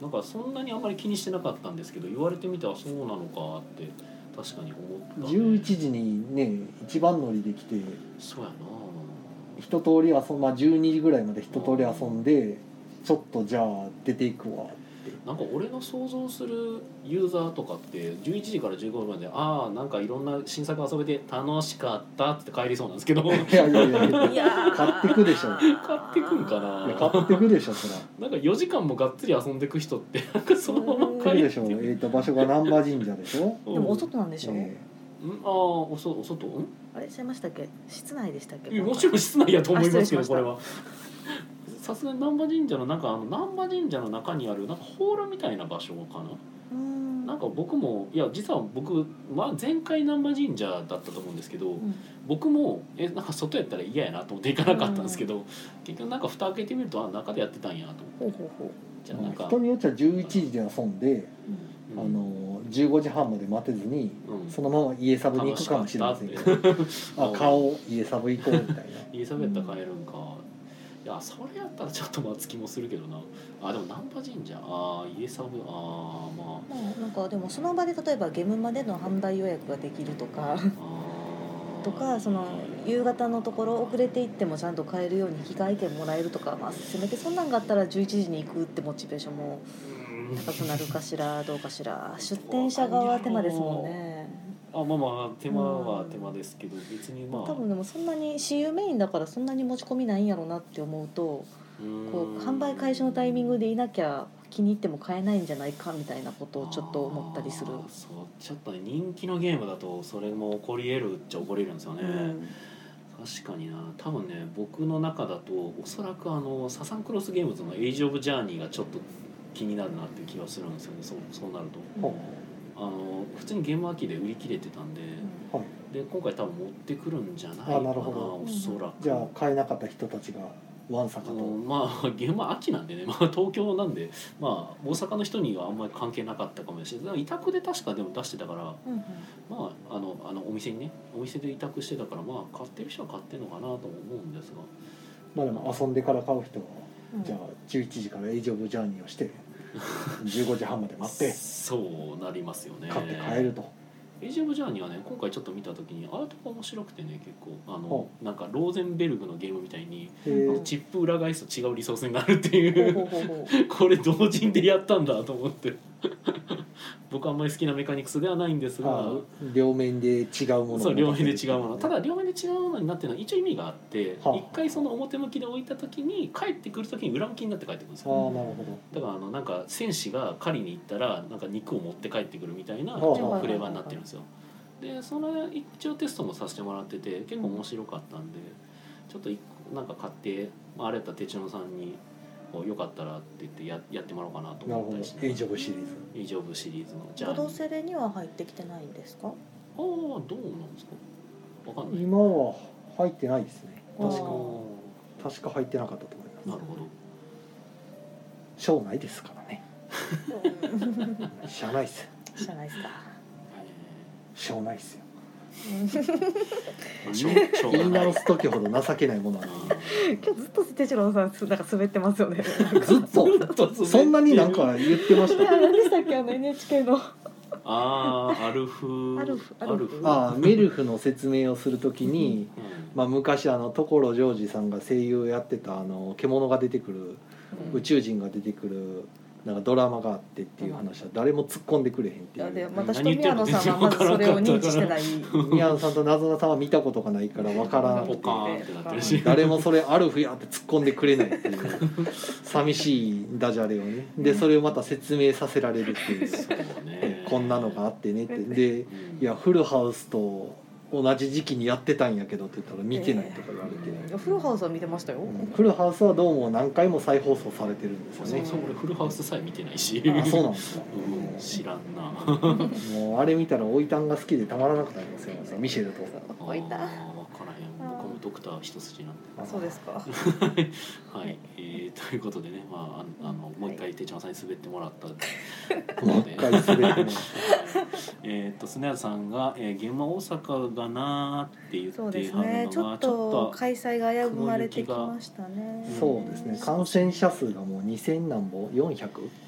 なんかそんなにあんまり気にしてなかったんですけど、言われてみたらそうなのかって確かに思った、ね、 じゅういちじにね一番乗りできて、 そうやな、 一通り遊ん、まあ、じゅうにじぐらいまで一通り遊んで、ちょっとじゃあ出ていくわって。 なんか俺の想像するユーザーとかってじゅういちじからじゅうごじまで、ああなんかいろんな新作遊べて楽しかったって帰りそうなんですけど、いやいやいやいやいや買ってくでしょ。 買ってくんかな。 いや買ってくでしょそら。 なんかよじかんもがっつり遊んでく人ってなんかそのまま帰って来るでしょ。えーと場所が難波神社でしょ。 でもお外なんでしょ、 えうん、ああおそお外、んあれしちゃいましたっけ、室内でしたっけ。 いやもちろん室内やと思いますけあ失礼しましたど、これはさすがに難波神社のなんかあの難波神社の中にあるなんかホールみたいな場所かな。 うーんなんか僕もいや実は僕、まあ、前回難波神社だったと思うんですけど、 うん僕もえなんか外やったら嫌やなと思って行かなかったんですけど、結局なんか蓋開けてみるとあ中でやってたんやと思って、 ほうほうほう、 じゃあなんか、 人によっちゃじゅういちじで遊んで、 うんあのじゅうごじはんまで待てずに、 うんそのまま家サブに行くかもしれませんけど、あ顔家サブ行こうみたいな。 家サブやったら帰るんか、いやそれやったらちょっと待つ気もするけどな。あでも難波神社、あ家サブ、あまあまあ、なんかでもその場で例えばゲームまでの販売予約ができるとかあとか、その夕方のところ遅れていってもちゃんと買えるように引換券もらえるとか、まあ、せめてそんなんがあったらじゅういちじに行くってモチベーションも高くなるかしらどうかしら。出店者側は手間ですもんね。 あまあまあ手間は手間ですけど、別にまあ多分でもそんなに私有メインだからそんなに持ち込みないんやろうなって思うと、こう販売開始のタイミングでいなきゃ気に入っても買えないんじゃないかみたいなことをちょっと思ったりする。 あそうちょっとね人気のゲームだとそれも起こり得るっちゃ起こり得るんですよね、 うん、 確かにな。多分ね僕の中だとおそらくあのサザンクロスゲームズのエイジオブジャーニーがちょっと気になるなっていう気がするんですよね。そうそうなると、 はあの普通にゲーム秋で売り切れてたんで、 あはいで今回多分持ってくるんじゃないかな。 あなるほどおそらく。 じゃあ買えなかった人たちがわんさかと。 あのまあゲーム秋なんでね、まあ、東京なんで、まあ、大阪の人にはあんまり関係なかったかもしれない。委託で確かでも出してたから、 うんうん、 まあ、あのあのお店にねお店で委託してたから、まあ買ってる人は買ってるのかなとも思うんですが、 まあでも遊んでから買う人は、 うんじゃあじゅういちじからエイジオブジャーニーをしてじゅうごじはんまで待ってそうなりますよね。 買って帰ると。 エイジオブジャーニーはね今回ちょっと見た時にアートが面白くてね、結構あのほなんかローゼンベルグのゲームみたいにへーあのチップ裏返すと違うリソースになるっていうほうほうほうほこれ同人でやったんだと思って僕あんまり好きなメカニクスではないんですが、 あ両面で違うものそう両面で違うもの、ただ両面で違うものになってるのは一応意味があって、 はあ一回その表向きで置いた時に帰ってくる時に裏向きになって帰ってくるんですああよ。 なるほど。 だからあのなんか戦士が狩りに行ったらなんか肉を持って帰ってくるみたいなはあフレーバーになってるんですよ。でその一応テストもさせてもらってて結構面白かったんで、ちょっと一個なんか買って、まあ、あれやったら哲郎さんにこうよかったらって言ってややってもらおうかなとなるほど思ったりして。 エイジオブシリーズ。 エイジオブシリーズのじゃあう。ボドセレには入ってきてないんですか？ ああどうなんですか。わかんない。 今は入ってないですね。確かあ確か入ってなかったと思います。 なるほど。 省内ですからね。社内っすよ。 知らないですか。 省内っすよ。 まあしょうしょう言いがない直す時ほど情けないものはない。 今日ずっとテチロンさんなんか滑ってますよね。 ずっとそんなになんか言ってましいやた。 何でしたっけ、あの エヌエイチケー のああアルフアルフアルフああメルフの説明をするときに、 うんまあ、昔あの所ジョージさんが声優やってたあの獣が出てくる宇宙人が出てくるなんかドラマがあってっていう話は誰も突っ込んでくれへんっていいやでう。 私と宮野さんはまずそれを認知してない。 宮野さんとなずなさんは見たことがないからわからんポカーンってなってるし誰もそれアルフやって突っ込んでくれないっていう寂しいダジャレをね。でそれをまた説明させられるっていうそうねこんなのがあってねってでうんいやフルハウスと同じ時期にやってたんやけどって言ったら見てないとか言われて、 いやフルハウスは見てましたよ。 うんフルハウスはどうも何回も再放送されてるんですよね。 そうそう俺フルハウスさえ見てないしあそうなんですか。 うん知らんなもうあれ見たらおいたんが好きでたまらなくなりますよねミシェルと。 置いた。 あーわからへん僕もドクター一筋なんであ、そうですか。 はい、えー、ということでね、まあ、ああのもう一回手帳さんに滑ってもらったともう一回滑ってもらったえっとスネアさんが、えー、現場大阪がなーって言そうってですね。 はるのちょっがちょっとと開催が危ぶまれてきましたね。 そうですね感染者数がもうにせん何本よんひゃく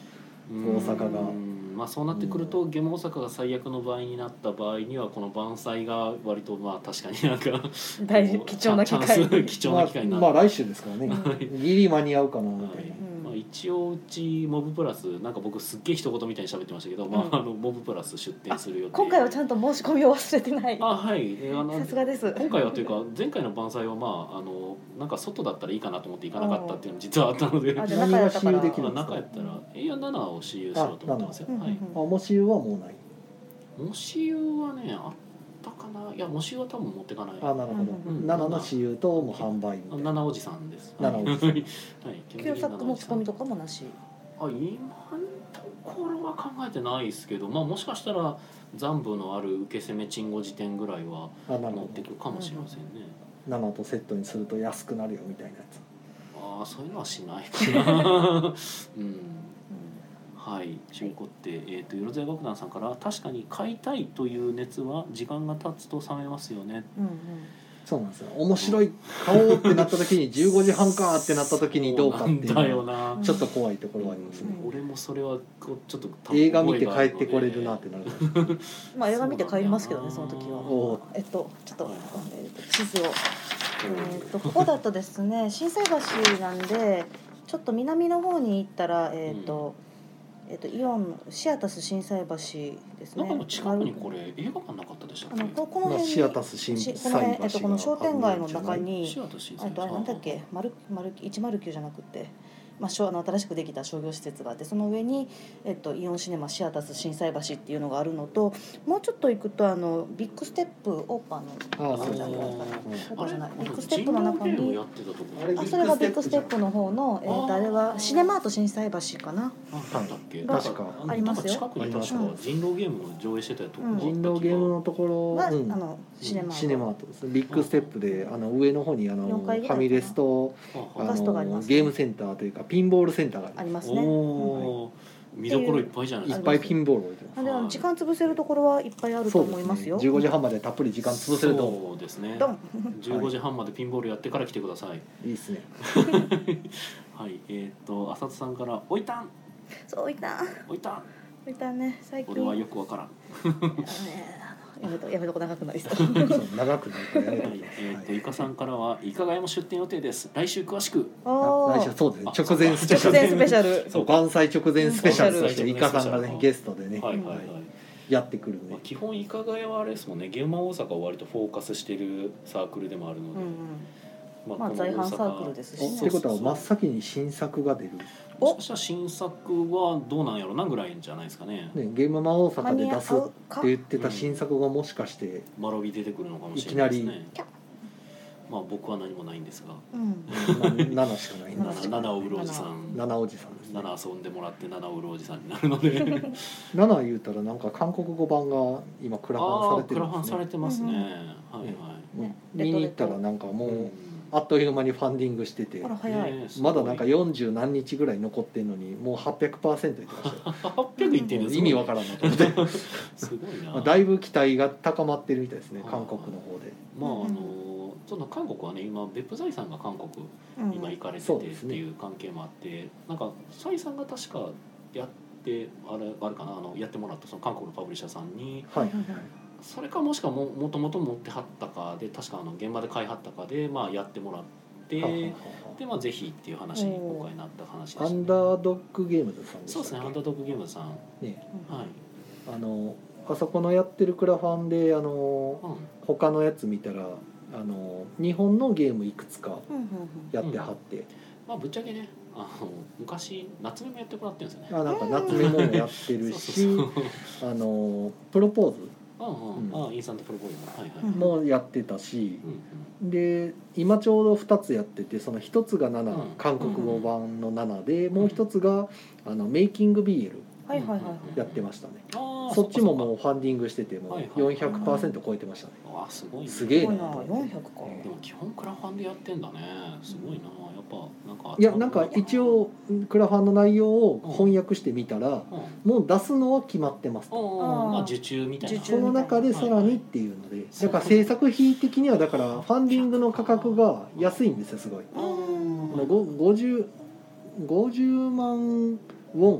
大阪が。 まあ、そうなってくると、うん、ゲーム大阪が最悪の場合になった場合にはこの晩祭が割とまあ確かになんか大事貴重な機会貴重な機会になる、 まあ、まあ来週ですからねギリ間に合うかなみたいな、はいまあ、一応うちモブプラスなんか僕すっげえ一言みたいに喋ってましたけど、うんまあ、あのモブプラス出店する予定。 今回はちゃんと申し込みを忘れてない。 あはいさすがです。 今回はというか前回の晩祭はまああのなんか外だったらいいかなと思って行かなかったっていうの実はあったので、 あ何が私有できるんですか。 中やったらエーアールセブン を私有しようと思ってますよ。はい。 あもし有はもうない。 もし有はねあったかな。いやもし有は多分持ってかない。 あなるほど。ななの私有ともう販売みたいな。 ななおじさんです。 ななおじさん。はい。 旧作持ち込みとかもなし。 あ今のところは考えてないですけど、まあもしかしたら残部のある受け攻めチンゴ辞典ぐらいは持っていくかもしれませんね。 ななとセットにすると安くなるよみたいなやつ。 ああそういうのはしないかな。うん。はい、中古って、えー、とよろずや楽団さんから確かに買いたいという熱は時間が経つと冷めますよね、 うんうん、 そうなんですよ。面白い買おうってなった時にじゅうごじはんかってなった時にどうかっていうのはちょっと怖いところはありますね、 うん、俺もそれはちょっと映画見て帰ってこれるなってなるまあ映画見て帰りますけどねその時はえっとちょっと、えっと、地図を、えー、っとここだとですね心斎橋なんでちょっと南の方に行ったらえー、っと、うんえっと、イオンシアタス心斎橋ですね。 なんか近くにこれ映画館なかったでしたっけ？ あのこの辺にシアタス心斎橋がこの、えっと、この商店街の中にシアタス心斎橋あとあれなんだっけマルマルいちまるきゅうじゃなくて。まあ、あの新しくできた商業施設があってその上に、えっと、イオンシネマシアタス心斎橋っていうのがあるのともうちょっと行くとあのビッグステップオーパーのあそうじゃないかなビッグステップの中にあそれがビッグステップの方の、えー、とあれはシネマート心斎橋かなあなんだっけ確かありますよ近くに確か人狼ゲームの上映してたところ、 うん、人狼ゲームのところは、 うん、 あのシネマート、 シネマートですビッグステップであの上の方にあのファミレスとあのゲームセンターというかピンボールセンターがありますね。 お見どころいっぱいじゃないですか。いっぱいピンボール置いてます。 でも時間潰せるところはいっぱいあると思いますよ。 じゅうごじはんまでたっぷり時間潰せると思う。 そうですね。じゅうごじはんまでピンボールやってから来てください。 いいですね。 はい、えっと浅田さんからおいたん。 そうおいたん。 おいたん。 おいたんね最近。 俺はよくわからん。 やめとやめとこ長くなりそう。 長くなるからやめと。 えっとイカさんからはイカガヤも出店予定です。来週詳しく。 来週そうですね。直前スペシャル。 直前スペシャル。 そう晩祭直前スペシャルとしてイカさんがねゲストでねやってくるね。 基本イカガヤはあれですもんね。ゲームマ大阪を割とフォーカスしているサークルでもあるので。 まあ在阪サークルですしね。 ってことは真っ先に新作が出る。 もしかしたら新作はどうなんやろなぐらいじゃないですかね。 ねゲームマ大阪で出すって言ってた新作がもしかしてマロビ出てくるのかもしれないですね。まあ僕は何もないんですが、 ななしかないんです。 ななを売るおじさん、 ななおじさんです。 なな遊んでもらってななを売るおじさんになるので、 なな言うたらなんか韓国語版が今クラファンされてるんですね。 クラファンされてますね。はいはい。 見に行ったらなんかもう。あっという間にファンディングしててまだなんかよんじゅう何日ぐらい残ってんのにもう はっぴゃくパーセント いってましたよはっぴゃくいってるんです意味わからんなと思ってすごいなだいぶ期待が高まってるみたいですね韓国の方でまああのその韓国はね今別府財産が韓国今行かれててっていう関係もあってなんか財産が確かやってあれあれかなあのやってもらったその韓国のパブリッシャーさんにはいそれかもしくはももともと持ってはったかで確かあの現場で買いはったかで、まあ、やってもらってで、まあ、ぜひっていう話に今回なった話でした、ね、 アンダードッグゲームズさんでしたっけ。 そうですねアンダードッグゲームズさん、 ねはい、 あのあそこのやってるクラファンであの、うん、他のやつ見たらあの日本のゲームいくつかやってはって、うんうんまあぶっちゃけねあの昔夏目もやってもらってるんですよね。 あなんか夏目もやってるしあのプロポーズああ、うん、あインスタントプロポーズも、はいはい、 もやってたし、 うんうん、 で今ちょうどふたつやっててそのひとつがなな、うん、韓国語版のななで、うん、もうひとつがあのメイキング ビーエルやってましたね、うん、そっちももうファンディングしててもう よんひゃくパーセント 超えてましたね。 あすごいね。 すげえな。 よんひゃくか。 でも基本クラファンでやってんだね。すごいな。やっぱなんかいやなんか一応クラファンの内容を翻訳してみたら、うん、もう出すのは決まってますと。 あまあ受注みたいな。 その中でさらにっていうので、はいはい、だから制作費的にはだからファンディングの価格が安いんですよすごい。ごじゅう、ごじゅうまんウォンかな。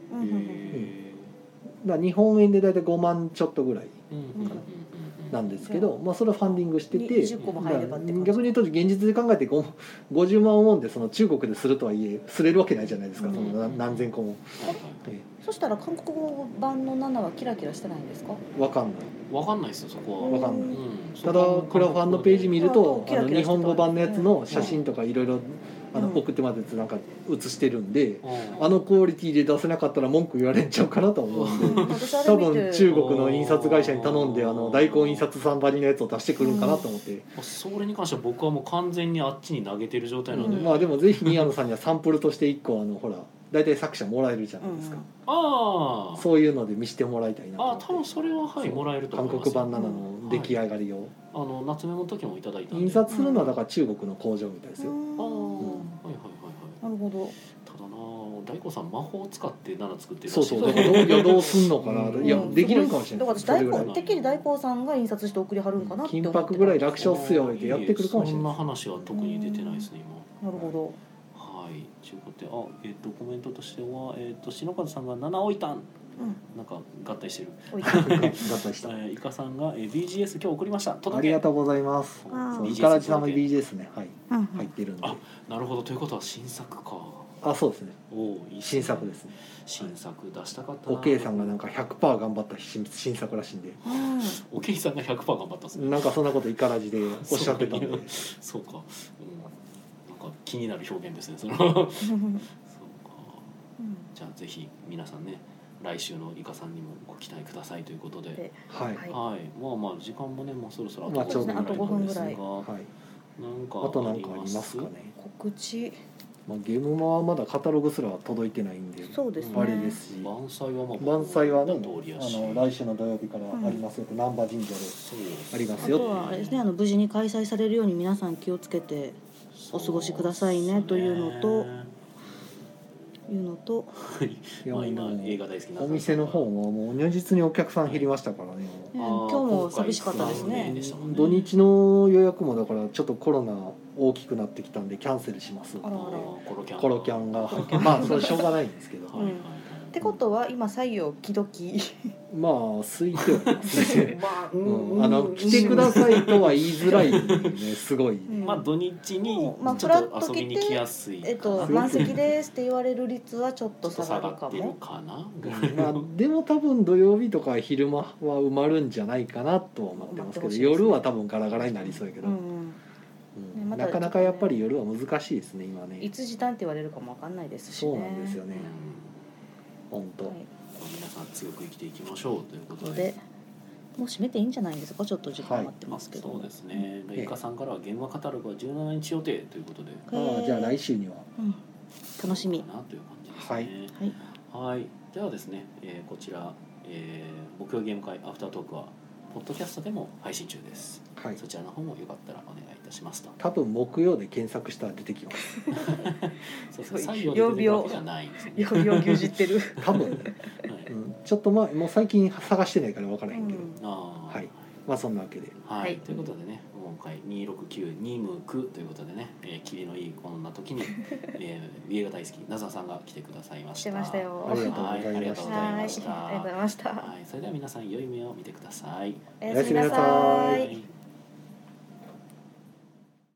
うんうんうんへだから日本円で大体ごまんちょっとぐらいーうんうんうんうんなんですけど、まあ、それはファンディングしてて、 にじゅっこも入ればって感じ逆に言うと現実で考えてごごじゅうまんウォンでその中国でするとはいえすれるわけないじゃないですか、 うんその何何千個も、 はいはいえそしたら韓国語版のななはキラキラしてないんですか？ えわかんない。 わかんないですよそこは。 わかんないうんただクラファンのページ見るとキラキラしてたあの日本語版のやつの写真とかいろいろあのうん送ってもらったやつなんか写してるんで、 うんあのクオリティで出せなかったら文句言われんちゃうかなと思うんで、 私あれ多見て分中国の印刷会社に頼んであの大根印刷さんばりのやつを出してくるんかなと思って、 まあそれに関しては僕はもう完全にあっちに投げてる状態なので、 うんまあでもぜひ宮野さんにはサンプルとしていっこあのほら大体作者もらえるじゃないですか、 ああそういうので見せてもらいたいなと思って。 あ多分それははいもらえると思います韓国版なのの出来上がりを、 あの夏目の時もいただいたんで印刷するのはだから中国の工場みたいですよ、 ああ、 うんはいはいはいはいなるほど。 ただな大光さん魔法を使ってなな作ってるそうそうだらしいからどういやどうすんのかな、 うんいやうんできるんかもしれないだから私大それぐらい根てっきり大光さんが印刷して送りはるんかなって思ってた金箔ぐらい楽勝っすよってやってくるかもしれそんなない話は特に出てないですね今。 なるほど。 はいということであえっ、とコメントとしてはえっ、と篠和さんがなな置いたんうん。 なんか合体してる。 おい合体したえー、イカさんが、えー、ビージーエス 今日送りました届けありがとうございますあーそうビージーエスイカラジさんも ビージーエス ねはいうんうん入ってるんであなるほどということは新作か。 あそうですねおおいいっすね新作ですね新作出したかったな。 おけいさんがなんか ひゃくパーセント 頑張った新新作らしいんでうんおけいさんが ひゃくパーセント 頑張ったんですね。 なんかそんなことイカラジでおっしゃってたんでそうか、うん、なんか気になる表現ですねそのそうかうんじゃあぜひ皆さんね来週のイカさんにもご期待くださいということで、 ではいはいはい、まあまあ時間もねもうそろそろまあちょうどあとごふんぐらいですがはいなんかあとなんかありますかね、 告知まあ、ゲームマはまだカタログすら届いてないんでそうですねあれですし晩祭はまあ晩祭はね通りやしあの来週の土曜日からありますよと難波神社でそうありますあよとはあれですねあの無事に開催されるように皆さん気をつけてお過ごしくださいねというのというのといやまあ今もう映画大好きなお店の方ももう如実にお客さん減りましたからねねあー今日も寂しかったです今回ねでしたもんね土日の予約もだからちょっとコロナ大きくなってきたんでキャンセルしますあらあらコロキャンコロキャンがコロキャンまあそれしょうがないんですけどはいはいはいってことは今採用気時まあ空いてはいますねまあ、 うんあの来てくださいとは言いづらいねすごいんまあ土日にまあちょっと遊びに来やすいかな、 えっと満席ですって言われる率はちょっとちょっと下がるか下がってるもかなまあでも多分土曜日とか昼間は埋まるんじゃないかなとは思ってますけど埋まってほしいですね夜は多分ガラガラになりそうやけど、 うんうんねまたなかなかやっぱり夜は難しいですね今ねいつ時短って言われるかもわかんないですしねそうなんですようんね本当、 はい皆さん強く生きていきましょうということでのでもう閉めていいんじゃないですかちょっと時間待ってますけど、 そうですねええイカさんからは現場カタログはじゅうしちにち予定ということでああじゃあ来週にはうん、楽しみかなという感じですねはいはい、ではですね、えーこちら、えー、木曜ゲーム会アフタートークはポッドキャストでも配信中です、 はいそちらの方もよかったらお願いいたしますと多分木曜で検索したら出てきますそうですね採用で出てくるわけじゃないんですよねようよう牛耳ってる、 多分、 はいうん、ちょっとまあもう最近探してないから分からへんけど、 うんあーはいまあそんなわけではい、 はいということでね今回にひゃくろくじゅうきゅうにむくということでね、えー、霧のいいこんな時に、えー、映画大好きなざさんが来てくださいまししたてましたよありがとうございましたはありがとうございましたはいありがとうございました、 はい、それでは皆さん良い夢を見てくださいおやすみなさおやすみなさいはい